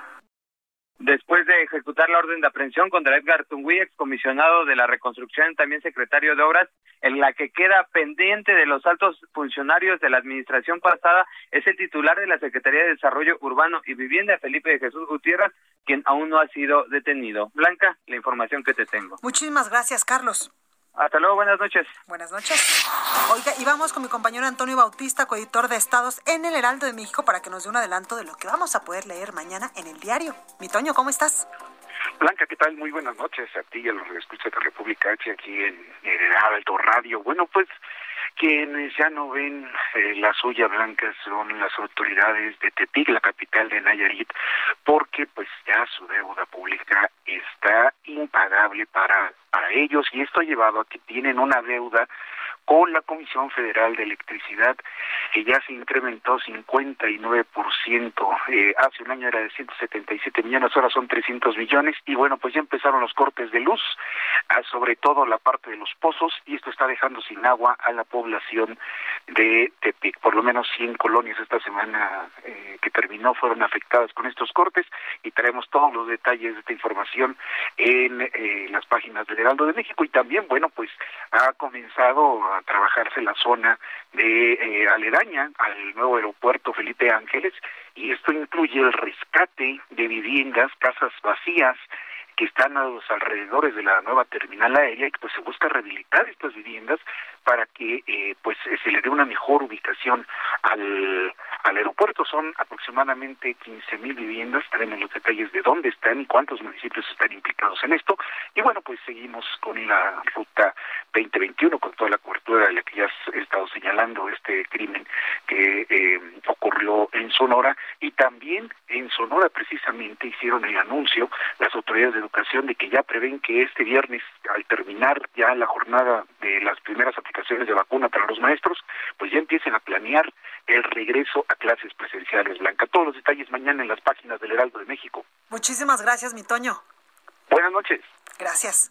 S17: Después de ejecutar la orden de aprehensión contra Edgar Tungui, excomisionado de la reconstrucción, también secretario de Obras, en la que queda pendiente de los altos funcionarios de la administración pasada, es el titular de la Secretaría de Desarrollo Urbano y Vivienda, Felipe de Jesús Gutiérrez, quien aún no ha sido detenido. Blanca, la información que te tengo.
S4: Muchísimas gracias, Carlos.
S17: Hasta luego, buenas noches.
S4: Buenas noches. Oiga, y vamos con mi compañero Antonio Bautista, coeditor de Estados en el Heraldo de México, para que nos dé un adelanto de lo que vamos a poder leer mañana en el diario. Mi Toño, ¿cómo estás?
S19: Blanca, ¿qué tal? Muy buenas noches a ti y a los que escuchan de República H aquí en el Heraldo Radio. Bueno, pues quienes ya no ven eh, la suya, Blanca, son las autoridades de Tepic, la capital de Nayarit, porque pues ya su deuda pública está impagable para, para ellos y esto ha llevado a que tienen una deuda con la Comisión Federal de Electricidad, que ya se incrementó cincuenta y nueve por ciento, eh, hace un año era de ciento setenta y siete millones, ahora son trescientos millones, y bueno, pues ya empezaron los cortes de luz, a, sobre todo la parte de los pozos, y esto está dejando sin agua a la población de Tepic. Por lo menos cien colonias esta semana eh, que terminó fueron afectadas con estos cortes, y traemos todos los detalles de esta información en eh, las páginas del Heraldo de México, y también, bueno, pues ha comenzado a trabajarse la zona de eh, aledaña al nuevo aeropuerto Felipe Ángeles, y esto incluye el rescate de viviendas, casas vacías que están a los alrededores de la nueva terminal aérea, y pues se busca rehabilitar estas viviendas para que eh, pues se le dé una mejor ubicación al, al aeropuerto. Son aproximadamente quince mil viviendas, tenemos los detalles de dónde están y cuántos municipios están implicados en esto, y bueno, pues seguimos con la ruta veinte veintiuno, con toda la cobertura de la que ya he estado señalando, este crimen que eh, ocurrió en Sonora, y también en Sonora precisamente hicieron el anuncio las autoridades de educación de que ya prevén que este viernes, al terminar ya la jornada de las primeras aplicaciones de vacuna para los maestros, pues ya empiecen a planear el regreso a clases presenciales. Blanca, todos los detalles mañana en las páginas del Heraldo de México.
S4: Muchísimas gracias, mi Toño.
S19: Buenas noches.
S4: Gracias.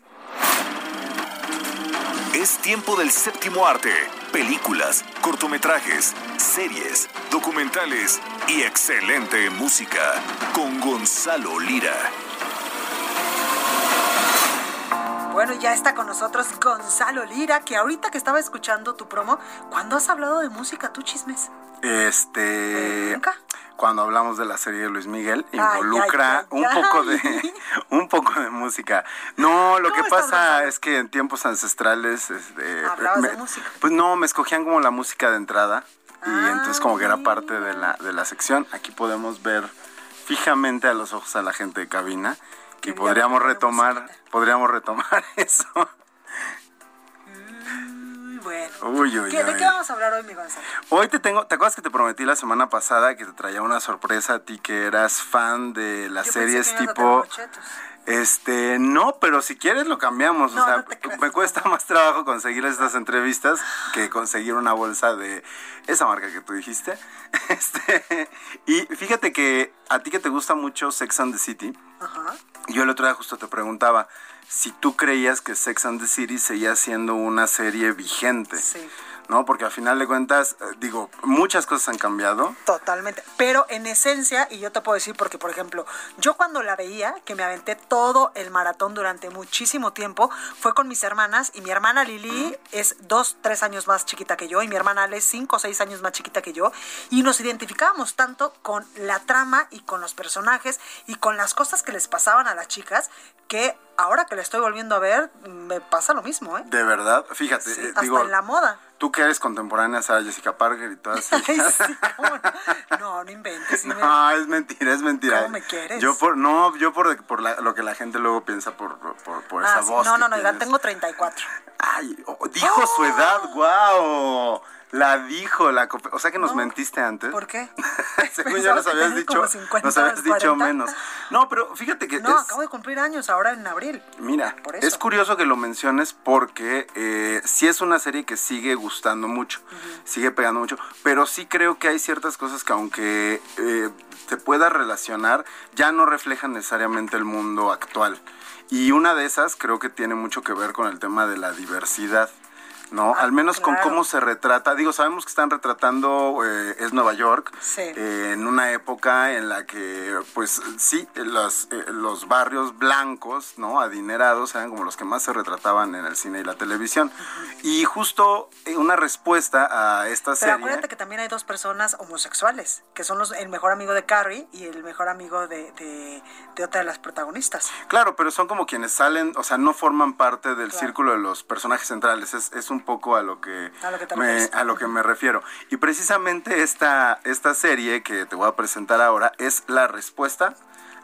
S3: Es tiempo del séptimo arte. Películas, cortometrajes, series, documentales y excelente música con Gonzalo Lira.
S4: Bueno, ya está con nosotros Gonzalo Lira, que ahorita que estaba escuchando tu promo, ¿cuándo has hablado de música tú, Chismes?
S20: Este...
S4: ¿Nunca?
S20: Cuando hablamos de la serie de Luis Miguel, involucra ay, ay, ay, un ay. poco de un poco de música. No, lo que pasa es que en tiempos ancestrales este,
S4: ¿hablabas
S20: me,
S4: de música?
S20: Pues no, me escogían como la música de entrada y
S4: ah,
S20: entonces como que era parte de la de la sección. Aquí podemos ver fijamente a los ojos a la gente de cabina y podríamos retomar podríamos retomar eso.
S4: Bueno,
S20: uy, uy,
S4: ¿Qué, ¿de
S20: uy.
S4: qué vamos a hablar hoy, mi Gonzalo?
S20: Hoy te tengo, ¿te acuerdas que te prometí la semana pasada que te traía una sorpresa a ti, que eras fan de las
S4: Yo
S20: series
S4: pensé que
S20: tipo Este, no, pero si quieres lo cambiamos. No, o sea, no me cuesta más trabajo conseguir estas entrevistas que conseguir una bolsa de esa marca que tú dijiste. Este, y fíjate que a ti que te gusta mucho Sex and the City, ajá, yo el otro día justo te preguntaba si tú creías que Sex and the City seguía siendo una serie vigente. Sí. ¿No? Porque al final de cuentas, digo, muchas cosas han cambiado.
S4: Totalmente, pero en esencia, y yo te puedo decir porque, por ejemplo, yo cuando la veía, que me aventé todo el maratón durante muchísimo tiempo, fue con mis hermanas, y mi hermana Lili uh-huh. es dos, tres años más chiquita que yo, y mi hermana Ale es cinco o seis años más chiquita que yo, y nos identificábamos tanto con la trama y con los personajes y con las cosas que les pasaban a las chicas, que ahora que la estoy volviendo a ver, me pasa lo mismo, ¿eh?
S20: De verdad, fíjate.
S4: Sí,
S20: eh,
S4: hasta
S20: digo,
S4: en la moda.
S20: Tú que eres contemporánea, Sarah Jessica Parker y todas ellas.
S4: Ay, sí, ¿cómo no? No, no inventes. Sí
S20: no,
S4: me...
S20: es mentira, es mentira.
S4: ¿Cómo me quieres?
S20: Yo por, no, yo por, por la, lo que la gente luego piensa por, por, por
S4: ah,
S20: esa
S4: sí,
S20: voz.
S4: No, no, no,
S20: tienes.
S4: tengo treinta y cuatro.
S20: Ay, oh, dijo ¡oh! Su edad, guau. La dijo, la o sea que nos no, mentiste antes.
S4: ¿Por qué?
S20: Según yo nos habías dicho, cincuenta, nos habías dicho menos. No, pero fíjate que
S4: no,
S20: es,
S4: acabo de cumplir años ahora en abril.
S20: Mira, es curioso que lo menciones porque eh, sí es una serie que sigue gustando mucho, uh-huh. sigue pegando mucho, pero sí creo que hay ciertas cosas que aunque eh, se pueda relacionar, ya no reflejan necesariamente el mundo actual. Y una de esas creo que tiene mucho que ver con el tema de la diversidad. ¿No? Ah, al menos claro. Con cómo se retrata. Digo, sabemos que están retratando, eh, es Nueva York, sí. eh, en una época en la que, pues sí, los, eh, los barrios blancos, ¿no? Adinerados, eran como los que más se retrataban en el cine y la televisión. Uh-huh. Y justo eh, una respuesta a esta
S4: Pero
S20: serie...
S4: Pero acuérdate que también hay dos personas homosexuales, que son los, el mejor amigo de Carrie y el mejor amigo de, de, de otra de las protagonistas.
S20: Claro, pero son como quienes salen, o sea, no forman parte del claro. círculo de los personajes centrales, es, es un poco a lo que,
S4: a lo que,
S20: me, a lo que me refiero. Y precisamente esta, esta serie que te voy a presentar ahora es la respuesta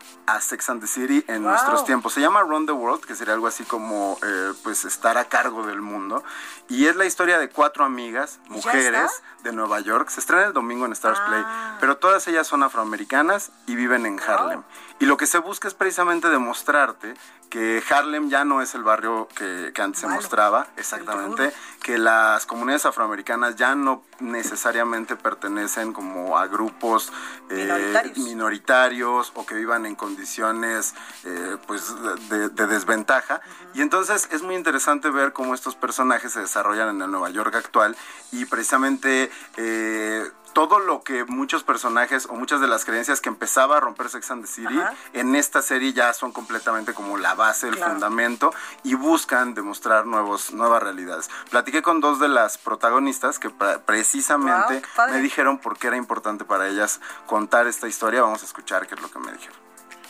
S20: a Sex and the City en wow. nuestros tiempos. Se llama Run the World, que sería algo así como eh, pues estar a cargo del mundo. Y es la historia de cuatro amigas, mujeres de Nueva York. Se estrena el domingo en Stars ah. Play, pero todas ellas son afroamericanas y viven en Harlem. Wow. Y lo que se busca es precisamente demostrarte que Harlem ya no es el barrio que, que antes vale. se mostraba, exactamente, que las comunidades afroamericanas ya no necesariamente pertenecen como a grupos eh, minoritarios. minoritarios o que vivan en condiciones eh, pues de, de desventaja. Uh-huh. Y entonces es muy interesante ver cómo estos personajes se desarrollan en el Nueva York actual y precisamente... Eh, todo lo que muchos personajes o muchas de las creencias que empezaba a romper Sex and the City, ajá. en esta serie ya son completamente como la base, el claro. fundamento, y buscan demostrar nuevos, nuevas realidades. Platiqué con dos de las protagonistas que pre- precisamente wow, me dijeron por qué era importante para ellas contar esta historia. Vamos a escuchar qué es lo que me dijeron.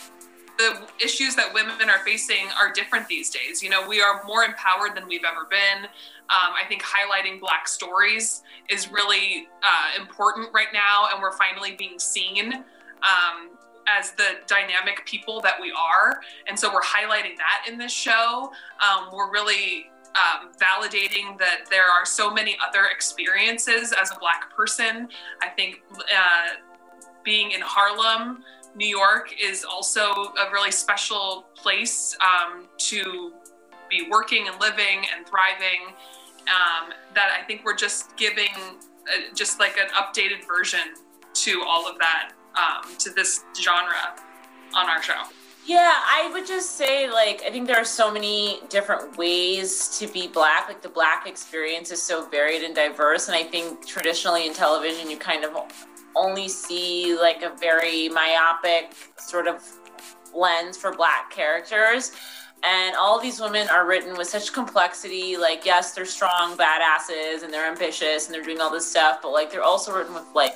S21: The issues that women are facing are different these days. You know, we are more empowered than we've ever been. Um, I think highlighting Black stories is really uh, important right now, and we're finally being seen um, as the dynamic people that we are. And so we're highlighting that in this show. Um, we're really um, validating that there are so many other experiences as a Black person. I think uh, being in Harlem, New York is also a really special place um, to be working and living and thriving. Um, that I think we're just giving uh, just like an updated version to all of that, um, to this genre on our show.
S22: Yeah, I would just say, like, I think there are so many different ways to be Black. Like, the Black experience is so varied and diverse. And I think traditionally in television, you kind of only see, like, a very myopic sort of lens for Black characters. And all these women are written with such complexity. Like, yes, they're strong badasses and they're ambitious and they're doing all this stuff, but, like, they're also written with, like,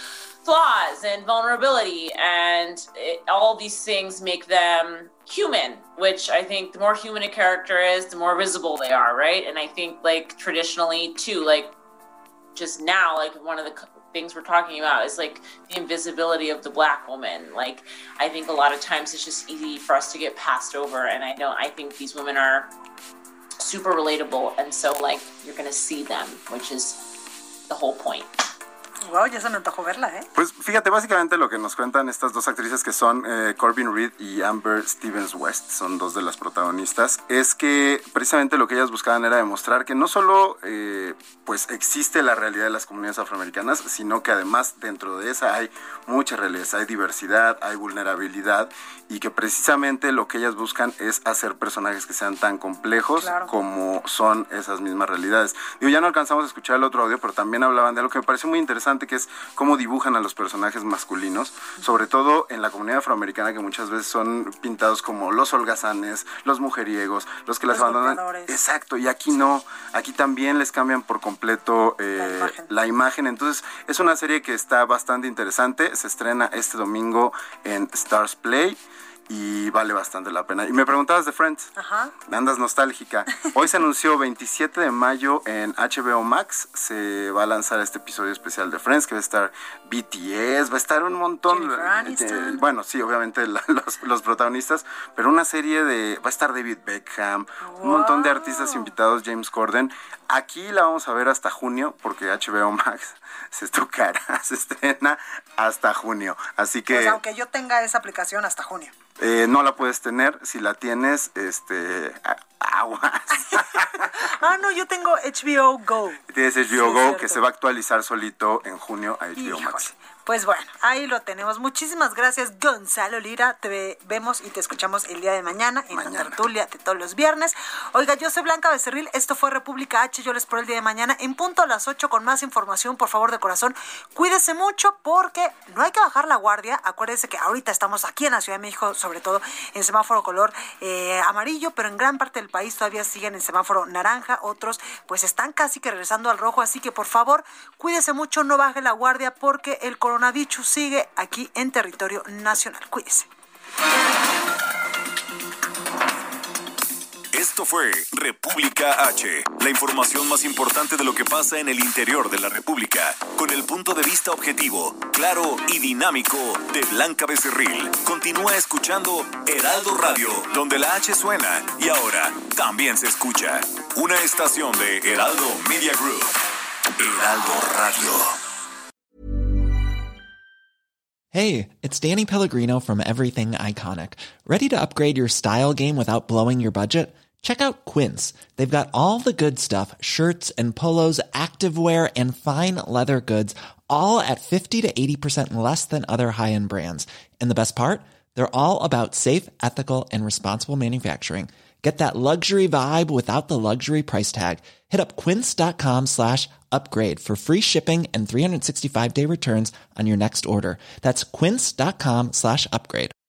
S22: flaws and vulnerability, and it, all these things make them human, which I think the more human a character is, the more visible they are, right? And I think, like, traditionally too, like, just now, like, one of the things we're talking about is, like, the invisibility of the Black woman. Like, I think a lot of times it's just easy for us to get passed over, and I don't I think these women are super relatable, and so, like, you're gonna see them, which is the whole point.
S4: Wow, ya se me antojó verla, ¿eh?
S20: Pues fíjate, básicamente lo que nos cuentan estas dos actrices que son eh, Corbin Reed y Amber Stevens West, son dos de las protagonistas, es que precisamente lo que ellas buscaban era demostrar que no solo eh, pues existe la realidad de las comunidades afroamericanas, sino que además dentro de esa hay muchas realidades, hay diversidad, hay vulnerabilidad, y que precisamente lo que ellas buscan es hacer personajes que sean tan complejos claro. como son esas mismas realidades. Digo, ya no alcanzamos a escuchar el otro audio, pero también hablaban de algo que me pareció muy interesante, que es cómo dibujan a los personajes masculinos, sobre todo en la comunidad afroamericana, que muchas veces son pintados como los holgazanes, los mujeriegos, los que las abandonan. Exacto, y aquí no, aquí también les cambian por completo eh, la, imagen. la imagen. Entonces es una serie que está bastante interesante, se estrena este domingo en Stars Play y vale bastante la pena. Y me preguntabas de Friends. Ajá. Andas nostálgica. Hoy se anunció veintisiete de mayo en H B O Max, se va a lanzar este episodio especial de Friends, que va a estar B T S, va a estar un montón de, bueno, sí, obviamente la, los, los protagonistas, pero una serie de, va a estar David Beckham, wow. un montón de artistas invitados, James Corden. Aquí la vamos a ver hasta junio, porque H B O Max se estucara, se estrena hasta junio. Así que...
S4: Pues aunque yo tenga esa aplicación hasta junio.
S20: Eh, no la puedes tener, si la tienes, este, aguas.
S4: Ah, no, yo tengo H B O Go.
S20: Tienes H B O sí, Go, cierto. Que se va a actualizar solito en junio a H B O Max.
S4: Pues bueno, ahí lo tenemos. Muchísimas gracias, Gonzalo Lira. Te vemos y te escuchamos el día de mañana en mañana. La tertulia de todos los viernes. Oiga, yo soy Blanca Becerril. Esto fue República H. Yo les espero el día de mañana en punto a las ocho con más información. Por favor, de corazón, cuídese mucho porque no hay que bajar la guardia. Acuérdense que ahorita estamos aquí en la Ciudad de México, sobre todo en semáforo color eh, amarillo, pero en gran parte del país todavía siguen en semáforo naranja. Otros pues están casi que regresando al rojo. Así que por favor, cuídese mucho, no baje la guardia porque el coronavirus Coronavirus sigue aquí en territorio nacional. Cuídese.
S3: Esto fue República H, la información más importante de lo que pasa en el interior de la República, con el punto de vista objetivo, claro y dinámico de Blanca Becerril. Continúa escuchando Heraldo Radio, donde la H suena y ahora también se escucha. Una estación de Heraldo Media Group. Heraldo Radio.
S1: Hey, it's Danny Pellegrino from Everything Iconic. Ready to upgrade your style game without blowing your budget? Check out Quince. They've got all the good stuff, shirts and polos, activewear, and fine leather goods, all at fifty to eighty percent less than other high-end brands. And the best part? They're all about safe, ethical, and responsible manufacturing. Get that luxury vibe without the luxury price tag. Hit up quince.com slash upgrade for free shipping and three sixty-five day returns on your next order. That's quince.com slash upgrade.